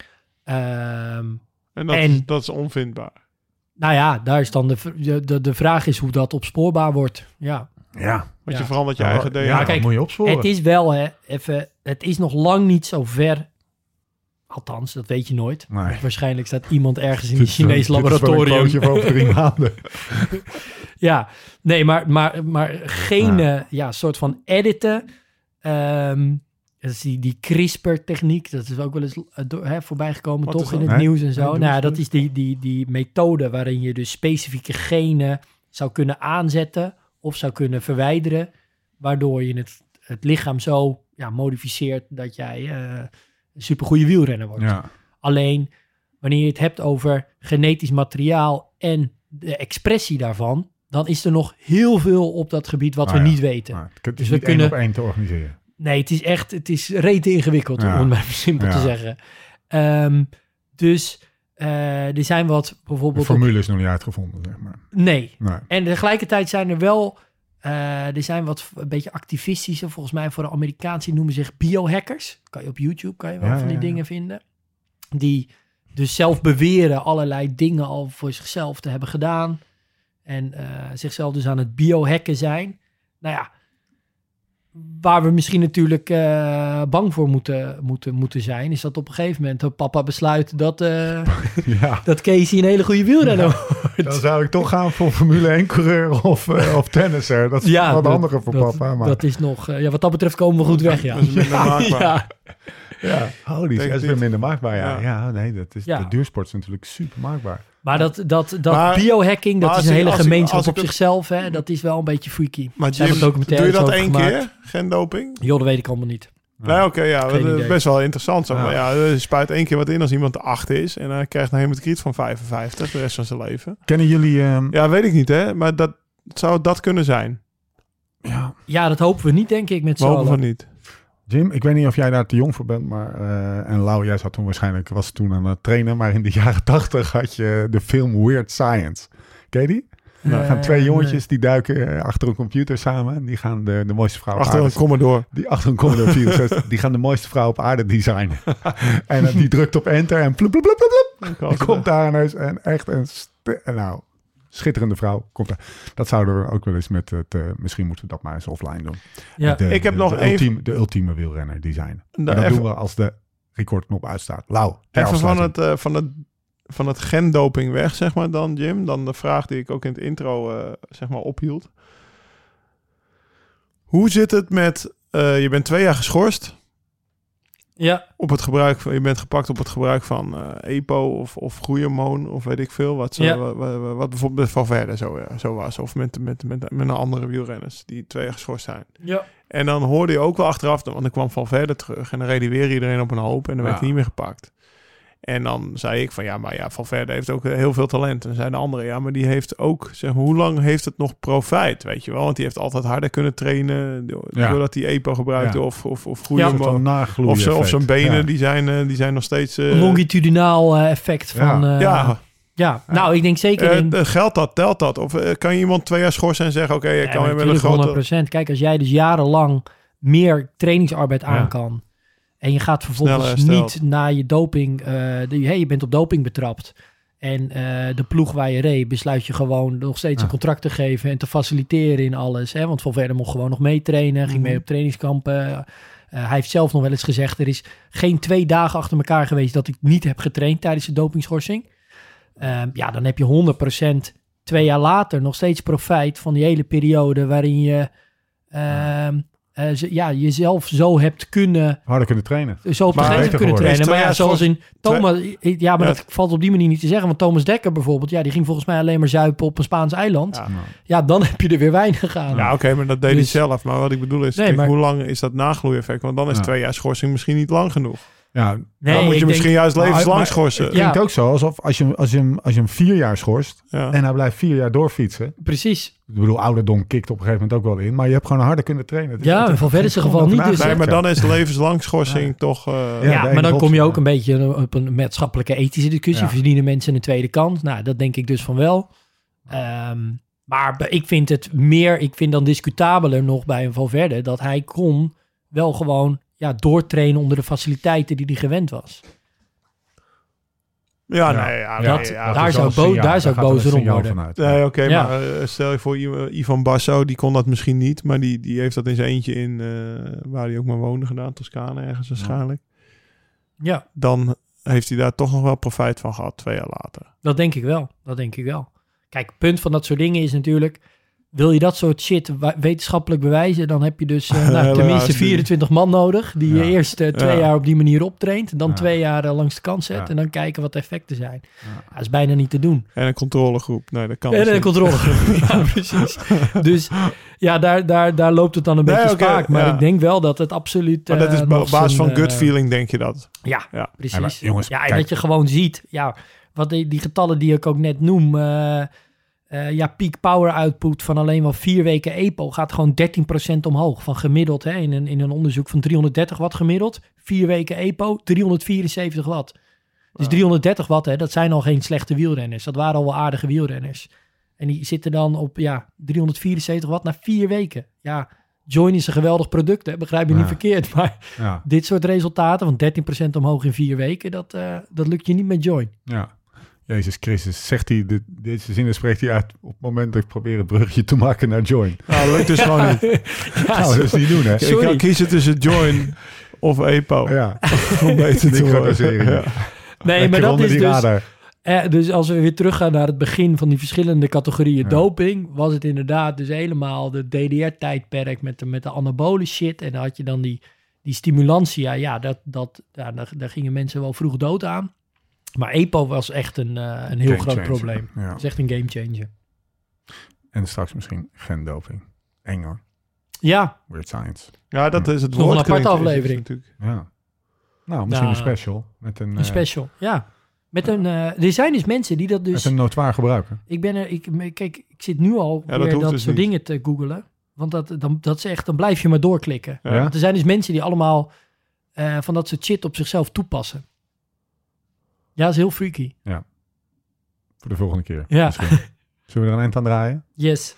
En dat is onvindbaar. Nou ja, daar is dan de vraag is hoe dat opspoorbaar wordt. Ja. Want je verandert je eigen DNA. Ja, kijk, moet je opsporen. Het is wel, het is nog lang niet zo ver. Althans, dat weet je nooit. Nee. Waarschijnlijk staat iemand ergens in een Chinees laboratorium. Dit is wel een over 3 maanden. Ja, nee, maar geen soort van editen. Dat is die CRISPR-techniek. Dat is ook wel eens voorbij gekomen, toch in het nieuws en zo. Dat is die methode waarin je dus specifieke genen zou kunnen aanzetten of zou kunnen verwijderen, waardoor je het lichaam zo modificeert dat jij een supergoeie wielrenner wordt. Ja. Alleen, wanneer je het hebt over genetisch materiaal en de expressie daarvan, dan is er nog heel veel op dat gebied wat we niet weten. Het is dus niet 1 op 1 te organiseren. Nee, het is rete ingewikkeld, om het maar simpel te zeggen. Er zijn wat bijvoorbeeld... De formule is nog niet uitgevonden, zeg maar. Nee. En tegelijkertijd zijn er wel... er zijn wat een beetje activistische, volgens mij voor de Amerikaanse, die noemen zich biohackers. Kan je op YouTube wel van die dingen vinden. Die dus zelf beweren allerlei dingen al voor zichzelf te hebben gedaan. En zichzelf dus aan het biohacken zijn. Nou ja, waar we misschien natuurlijk bang voor moeten zijn, is dat op een gegeven moment papa besluit dat Casey een hele goede wielrenner wordt. Dan zou ik toch gaan voor Formule 1-coureur of tennisser. Dat is wat handiger voor papa. Maar. Dat is nog... wat dat betreft komen we goed weg, Dat is minder maakbaar. Ja, holy, dat is weer minder maakbaar, de duursport is natuurlijk super maakbaar. Maar dat biohacking, dat is een hele gemeenschap op zichzelf. Hè? Dat is wel een beetje freaky. Maar Jim, doe je dat 1 keer, gendoping? Joh, dat weet ik allemaal niet. Nee, dat is best wel interessant. Zo. Maar je spuit 1 keer wat in als iemand te 8 is. En hij krijgt een hematocriet van 55 de rest van zijn leven. Kennen jullie... Ja, weet ik niet, hè. Maar zou dat kunnen zijn? Ja, dat hopen we niet, denk ik, met z'n allen. Hopen we niet. Jim, ik weet niet of jij daar te jong voor bent, maar en Lau, jij was toen aan het trainen, maar in de jaren 80 had je de film Weird Science. Ken je die? Dan gaan 2 jongetjes die duiken achter een computer samen en die gaan de mooiste vrouw achter een Commodore. Achter een Commodore 64. Die gaan de mooiste vrouw op aarde designen. En die drukt op enter en ploep, ploep, ploep, ploep. Die komt daar ineens en echt schitterende vrouw. Komt er. Dat zouden we ook wel eens met het... misschien moeten we dat maar eens offline doen. Ja. Ik heb nog de ultieme wielrenner design. En dat doen we als de recordknop uitstaat. Lau. Even van het gendoping weg, zeg maar dan, Jim. Dan de vraag die ik ook in het intro zeg maar ophield. Hoe zit het met... je bent 2 jaar geschorst. Ja. Je bent gepakt op het gebruik van EPO of groeihormoon of weet ik veel. Wat bijvoorbeeld met Valverde zo was. Of met een andere wielrenners die 2 jaar geschorst zijn. Ja. En dan hoorde je ook wel achteraf, want dan kwam Valverde terug. En dan reed weer iedereen op een hoop en dan werd hij niet meer gepakt. En dan zei ik van Valverde heeft ook heel veel talent. En dan zei de andere, maar die heeft ook, zeg maar, hoe lang heeft het nog profijt, weet je wel? Want die heeft altijd harder kunnen trainen doordat hij EPO gebruikte of groeien. Of zijn benen, die zijn nog steeds... longitudinaal effect van... Nou, ik denk zeker... Geldt dat, telt dat? Of kan je iemand 2 jaar schorsen en zeggen, oké, ik kan weer met een grote... 100%. Kijk, als jij dus jarenlang meer trainingsarbeid aan kan... En je gaat vervolgens niet naar je doping... je bent op doping betrapt. En de ploeg waar je reed... besluit je gewoon nog steeds een contract te geven... en te faciliteren in alles. Hè? Want Valverde mocht gewoon nog meetrainen. Ging mee op trainingskampen. Hij heeft zelf nog wel eens gezegd... er is geen 2 dagen achter elkaar geweest... dat ik niet heb getraind tijdens de dopingschorsing. Dan heb je 100% 2 jaar later... nog steeds profijt van die hele periode... waarin je... jezelf zo hebt kunnen... Harder kunnen trainen. Zo op de grens kunnen trainen. Maar zoals in Thomas... dat valt op die manier niet te zeggen. Want Thomas Dekker bijvoorbeeld... die ging volgens mij alleen maar zuipen op een Spaans eiland. Dan heb je er weer weinig aan. Ja, oké, maar dat deed hij zelf. Maar wat ik bedoel is... hoe lang is dat nagloeieffect? Want dan is 2 jaar schorsing misschien niet lang genoeg. Ja, dan moet je misschien juist levenslang schorsen. Het klinkt ook zo, alsof als je hem 4 jaar schorst... en hij blijft 4 jaar doorfietsen... Precies. Ik bedoel, ouderdom kikt op een gegeven moment ook wel in... maar je hebt gewoon harder kunnen trainen. In Valverde zijn geval niet. Dus maar dan is levenslang schorsing toch... maar dan kom je ook een beetje op een maatschappelijke ethische discussie. Verdienen mensen een tweede kans? Nou, dat denk ik dus van wel. Maar ik vind dan discutabeler nog bij een Valverde... dat hij kon wel gewoon... doortrainen onder de faciliteiten die hij gewend was. Daar zou ik boos om worden. Nee, oké, maar stel je voor Ivan Basso, die kon dat misschien niet, maar die heeft dat in zijn eentje in waar hij ook maar woonde gedaan, Toscane ergens waarschijnlijk. Ja. Dan heeft hij daar toch nog wel profijt van gehad 2 jaar later. Dat denk ik wel. Kijk, het punt van dat soort dingen is natuurlijk... Wil je dat soort shit wetenschappelijk bewijzen... dan heb je dus tenminste 24 man nodig... die je eerst 2 jaar op die manier optraint... dan 2 jaar langs de kant zet... en dan kijken wat de effecten zijn. Dat is bijna niet te doen. En een controlegroep. Nee, dat kan een controlegroep, ja, precies. Dus daar loopt het dan een beetje spaak. Maar ik denk wel dat het absoluut... Maar dat is op basis van gut feeling, denk je dat? Ja, precies. Maar, jongens, en dat je gewoon ziet... wat die getallen die ik ook net noem... peak power output van alleen wel 4 weken EPO gaat gewoon 13% omhoog. Van gemiddeld, in een onderzoek van 330 watt gemiddeld. 4 weken EPO, 374 watt. Dus 330 watt, dat zijn al geen slechte wielrenners. Dat waren al wel aardige wielrenners. En die zitten dan op 374 watt na 4 weken. Ja, Join is een geweldig product, begrijp je niet verkeerd. Maar dit soort resultaten van 13% omhoog in 4 weken, dat lukt je niet met Join. Ja. Jezus Christus, zegt hij, deze zinnen spreekt hij uit op het moment dat ik probeer een bruggetje te maken naar Join. Nou, lukt dus gewoon niet. Dat is niet doen, hè? Ik kan kiezen tussen Join of EPO. Ja, om beter te worden. Ja. Nee, maar dat is dus... dus als we weer teruggaan naar het begin van die verschillende categorieën doping... was het inderdaad dus helemaal de DDR-tijdperk met de anabole shit. En dan had je dan die stimulantia. Daar gingen mensen wel vroeg dood aan. Maar EPO was echt een heel groot probleem. Ja. Dat is echt een gamechanger. En straks misschien gendoping. Eng hoor. Ja. Weird science. Ja, dat is het woord. Nog een aparte aflevering. Natuurlijk. Ja. Nou, misschien een special. Met een special, ja. Met er zijn dus mensen die dat dus... Met een notoir gebruiken. Ik zit nu al weer dat soort dingen te googlen. Want dat is echt, dan blijf je maar doorklikken. Ja. Want er zijn dus mensen die allemaal van dat soort shit op zichzelf toepassen. Ja, dat is heel freaky. Ja. Voor de volgende keer. Ja. Zullen we er een eind aan draaien? Yes.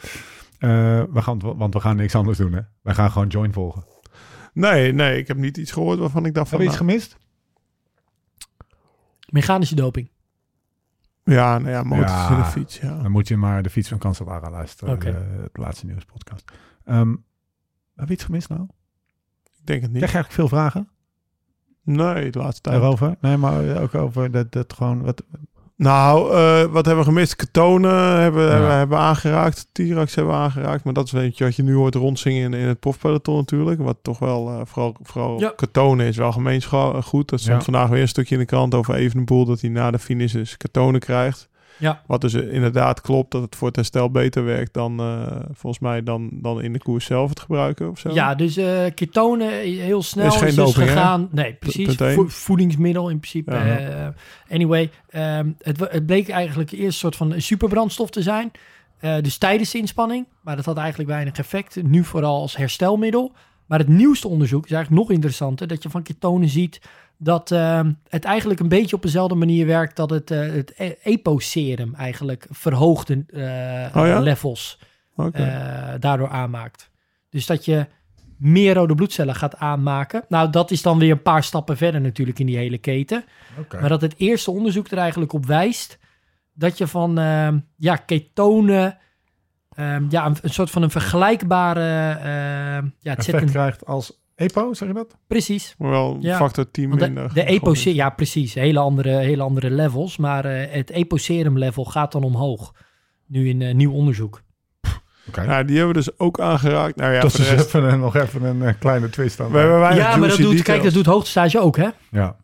Want we gaan niks anders doen, hè? Wij gaan gewoon Join volgen. Nee, ik heb niet iets gehoord waarvan ik dacht van... Heb je iets gemist? Mechanische doping. Ja, nou ja, motors en de fiets, ja. Dan moet je maar de fiets van Cancellara luisteren. Okay. Het laatste nieuwspodcast. Heb je iets gemist nou? Ik denk het niet. Krijg je eigenlijk veel vragen? Nee, de laatste tijd. Daarover? Nee, maar ook over dat gewoon... Nou, wat hebben we gemist? Ketonen hebben we aangeraakt. T-Rex hebben we aangeraakt. Maar dat is weet je wat je nu hoort rondzingen in het profpeloton natuurlijk. Wat toch wel, vooral Ketonen is wel goed. Dat stond vandaag weer een stukje in de krant over Evenepoel. Dat hij na de finish dus Ketonen krijgt. Ja. Wat dus inderdaad klopt dat het voor het herstel beter werkt dan volgens mij dan in de koers zelf het gebruiken of zo. Ja, dus ketonen heel snel is dus doping, gegaan. Hè? Nee, precies. Voedingsmiddel in principe. Anyway, het bleek eigenlijk eerst een soort van superbrandstof te zijn. Dus tijdens de inspanning. Maar dat had eigenlijk weinig effect. Nu vooral als herstelmiddel. Maar het nieuwste onderzoek is eigenlijk nog interessanter. Dat je van ketonen ziet dat het eigenlijk een beetje op dezelfde manier werkt dat het EPO-serum eigenlijk verhoogde levels daardoor aanmaakt. Dus dat je meer rode bloedcellen gaat aanmaken. Nou, dat is dan weer een paar stappen verder natuurlijk in die hele keten. Okay. Maar dat het eerste onderzoek er eigenlijk op wijst dat je van ketonen een soort van een vergelijkbare effect krijgt als EPO, zeg je dat? Precies. Wel factor 10 minder. De EPO, ja precies. Hele andere levels. Maar het EPO-serum level gaat dan omhoog. Nu in nieuw onderzoek. Okay. Ja, die hebben we dus ook aangeraakt. Nou ja, dat is nog even een kleine twist aan. Ja, maar dat doet hoogtestage ook, hè? Ja.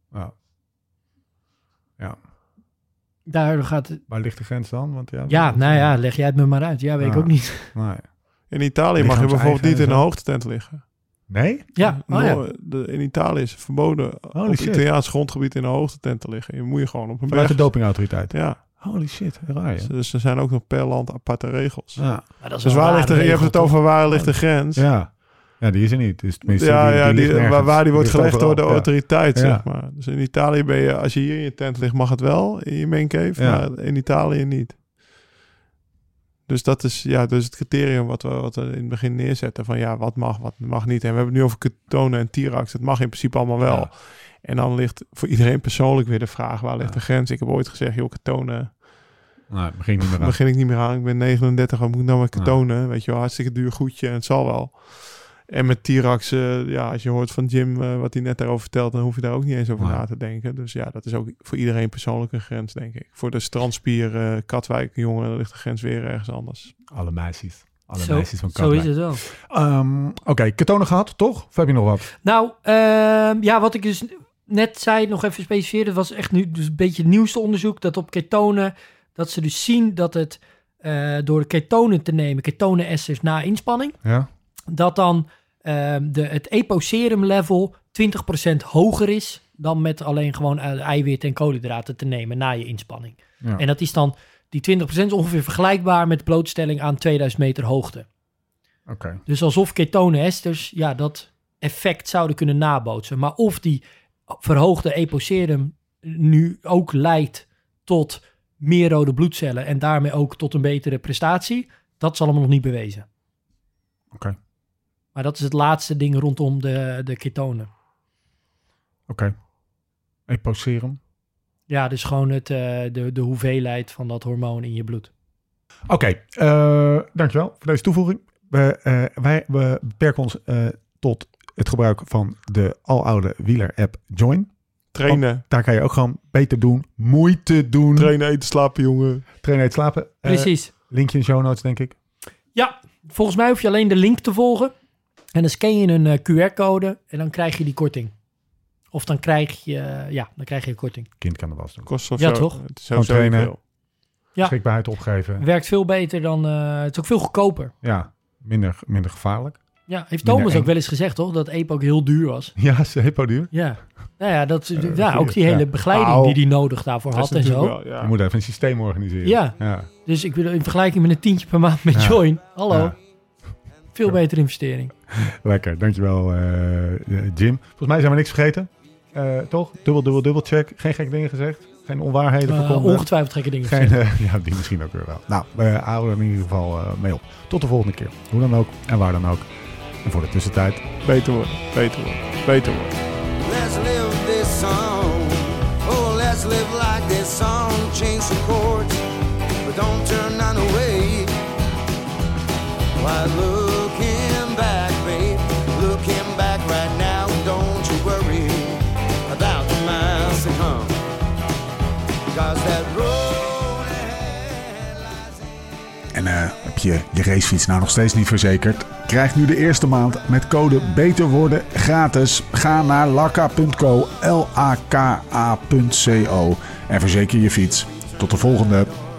Daar gaat het... Waar ligt de grens dan? Want leg jij het me maar uit. Ja, weet ik ook niet. Nee. In Italië mag je bijvoorbeeld niet in een hoogtetent liggen. Nee? Ja. In Italië is het verboden op het Italiaans grondgebied in een hoogtetent te liggen. Je moet je gewoon op een berg. De dopingautoriteit. Ja. Holy shit, raar. Ja. Dus er zijn ook nog per land aparte regels. Ja. Dus waar ligt je hebt het over waar ligt de grens. Ja, die is er niet. Dus waar die wordt gelegd door de autoriteit, zeg maar. Dus in Italië ben je, als je hier in je tent ligt, mag het wel in je maincave, maar in Italië niet. Dus dat is dus het criterium wat we in het begin neerzetten van wat mag niet. En we hebben het nu over ketonen en T-Rex. Het mag in principe allemaal wel. Ja. En dan ligt voor iedereen persoonlijk weer de vraag, waar ligt de grens? Ik heb ooit gezegd, ketonen... Nee, begin ik niet meer aan. Ik ben 39, wat moet ik nou met ketonen? Weet je wel, hartstikke duur goedje en het zal wel. En met T-Rex, als je hoort van Jim wat hij net daarover vertelt, dan hoef je daar ook niet eens over na te denken. Dus dat is ook voor iedereen persoonlijk een grens, denk ik. Voor de strandspier Katwijk jongen ligt de grens weer ergens anders. Alle meisjes van Katwijk. Zo is het wel. Oké, ketonen gehad, toch? Of heb je nog wat? Nou, wat ik dus net zei, nog even specificeren. Dat was echt nu dus een beetje het nieuwste onderzoek. Dat op ketonen, dat ze dus zien dat het door ketonen te nemen, ketonen-esters na inspanning, dat dan het EPO-serum level 20% hoger is dan met alleen gewoon eiwitten en koolhydraten te nemen na je inspanning. Ja. En dat is dan, die 20% is ongeveer vergelijkbaar met blootstelling aan 2000 meter hoogte. Okay. Dus alsof ketonen-esters dat effect zouden kunnen nabootsen. Maar of die verhoogde EPO-serum nu ook leidt tot meer rode bloedcellen en daarmee ook tot een betere prestatie, dat is allemaal nog niet bewezen. Oké. Maar dat is het laatste ding rondom de ketonen. Oké. EPO-serum? Ja, dus gewoon de hoeveelheid van dat hormoon in je bloed. Oké, dankjewel voor deze toevoeging. We beperken ons tot het gebruik van de aloude wieler-app Join. Trainen. Want daar kan je ook gewoon beter doen. Moeite doen. Trainen, eten, slapen, jongen. Trainen, eten, slapen. Precies. Linkje in show notes, denk ik. Ja, volgens mij hoef je alleen de link te volgen. En dan scan je een QR-code en dan krijg je die korting. Of dan krijg je, een korting. Kind kan er was doen. Kost ja, toch? Het is gewoon trainen. Veel. Ja. Beschikbaarheid opgeven. Werkt veel beter dan... het is ook veel goedkoper. Ja, minder gevaarlijk. Ja, heeft Thomas ook wel eens gezegd, toch? Dat EPO ook heel duur was. Ja, is EPO duur? Ja. Nou ja, ook die hele begeleiding die nodig daarvoor had en zo. Wel, ja. Je moet even een systeem organiseren. Ja. Dus ik bedoel, in vergelijking met een $10 per maand met Join. Hallo. Ja. Veel betere investering. Lekker, dankjewel Jim. Volgens mij zijn we niks vergeten. Toch? Dubbel check. Geen gekke dingen gezegd. Geen onwaarheden verkondigd. Ongetwijfeld gekke dingen gezegd. Ja, die misschien ook weer wel. Nou, we houden er in ieder geval mee op. Tot de volgende keer. Hoe dan ook en waar dan ook. En voor de tussentijd. Beter worden. Let's live this song. Oh, let's live like this song. change some chords, but don't turn none away. Why, looking back, babe, looking back right now, don't you worry about the miles to come, because that road ahead lies in... En heb je racefiets nou nog steeds niet verzekerd? Krijg nu de eerste maand met code BETERWORDEN gratis. Ga naar lakka.co, LAKA.co en verzeker je fiets. Tot de volgende.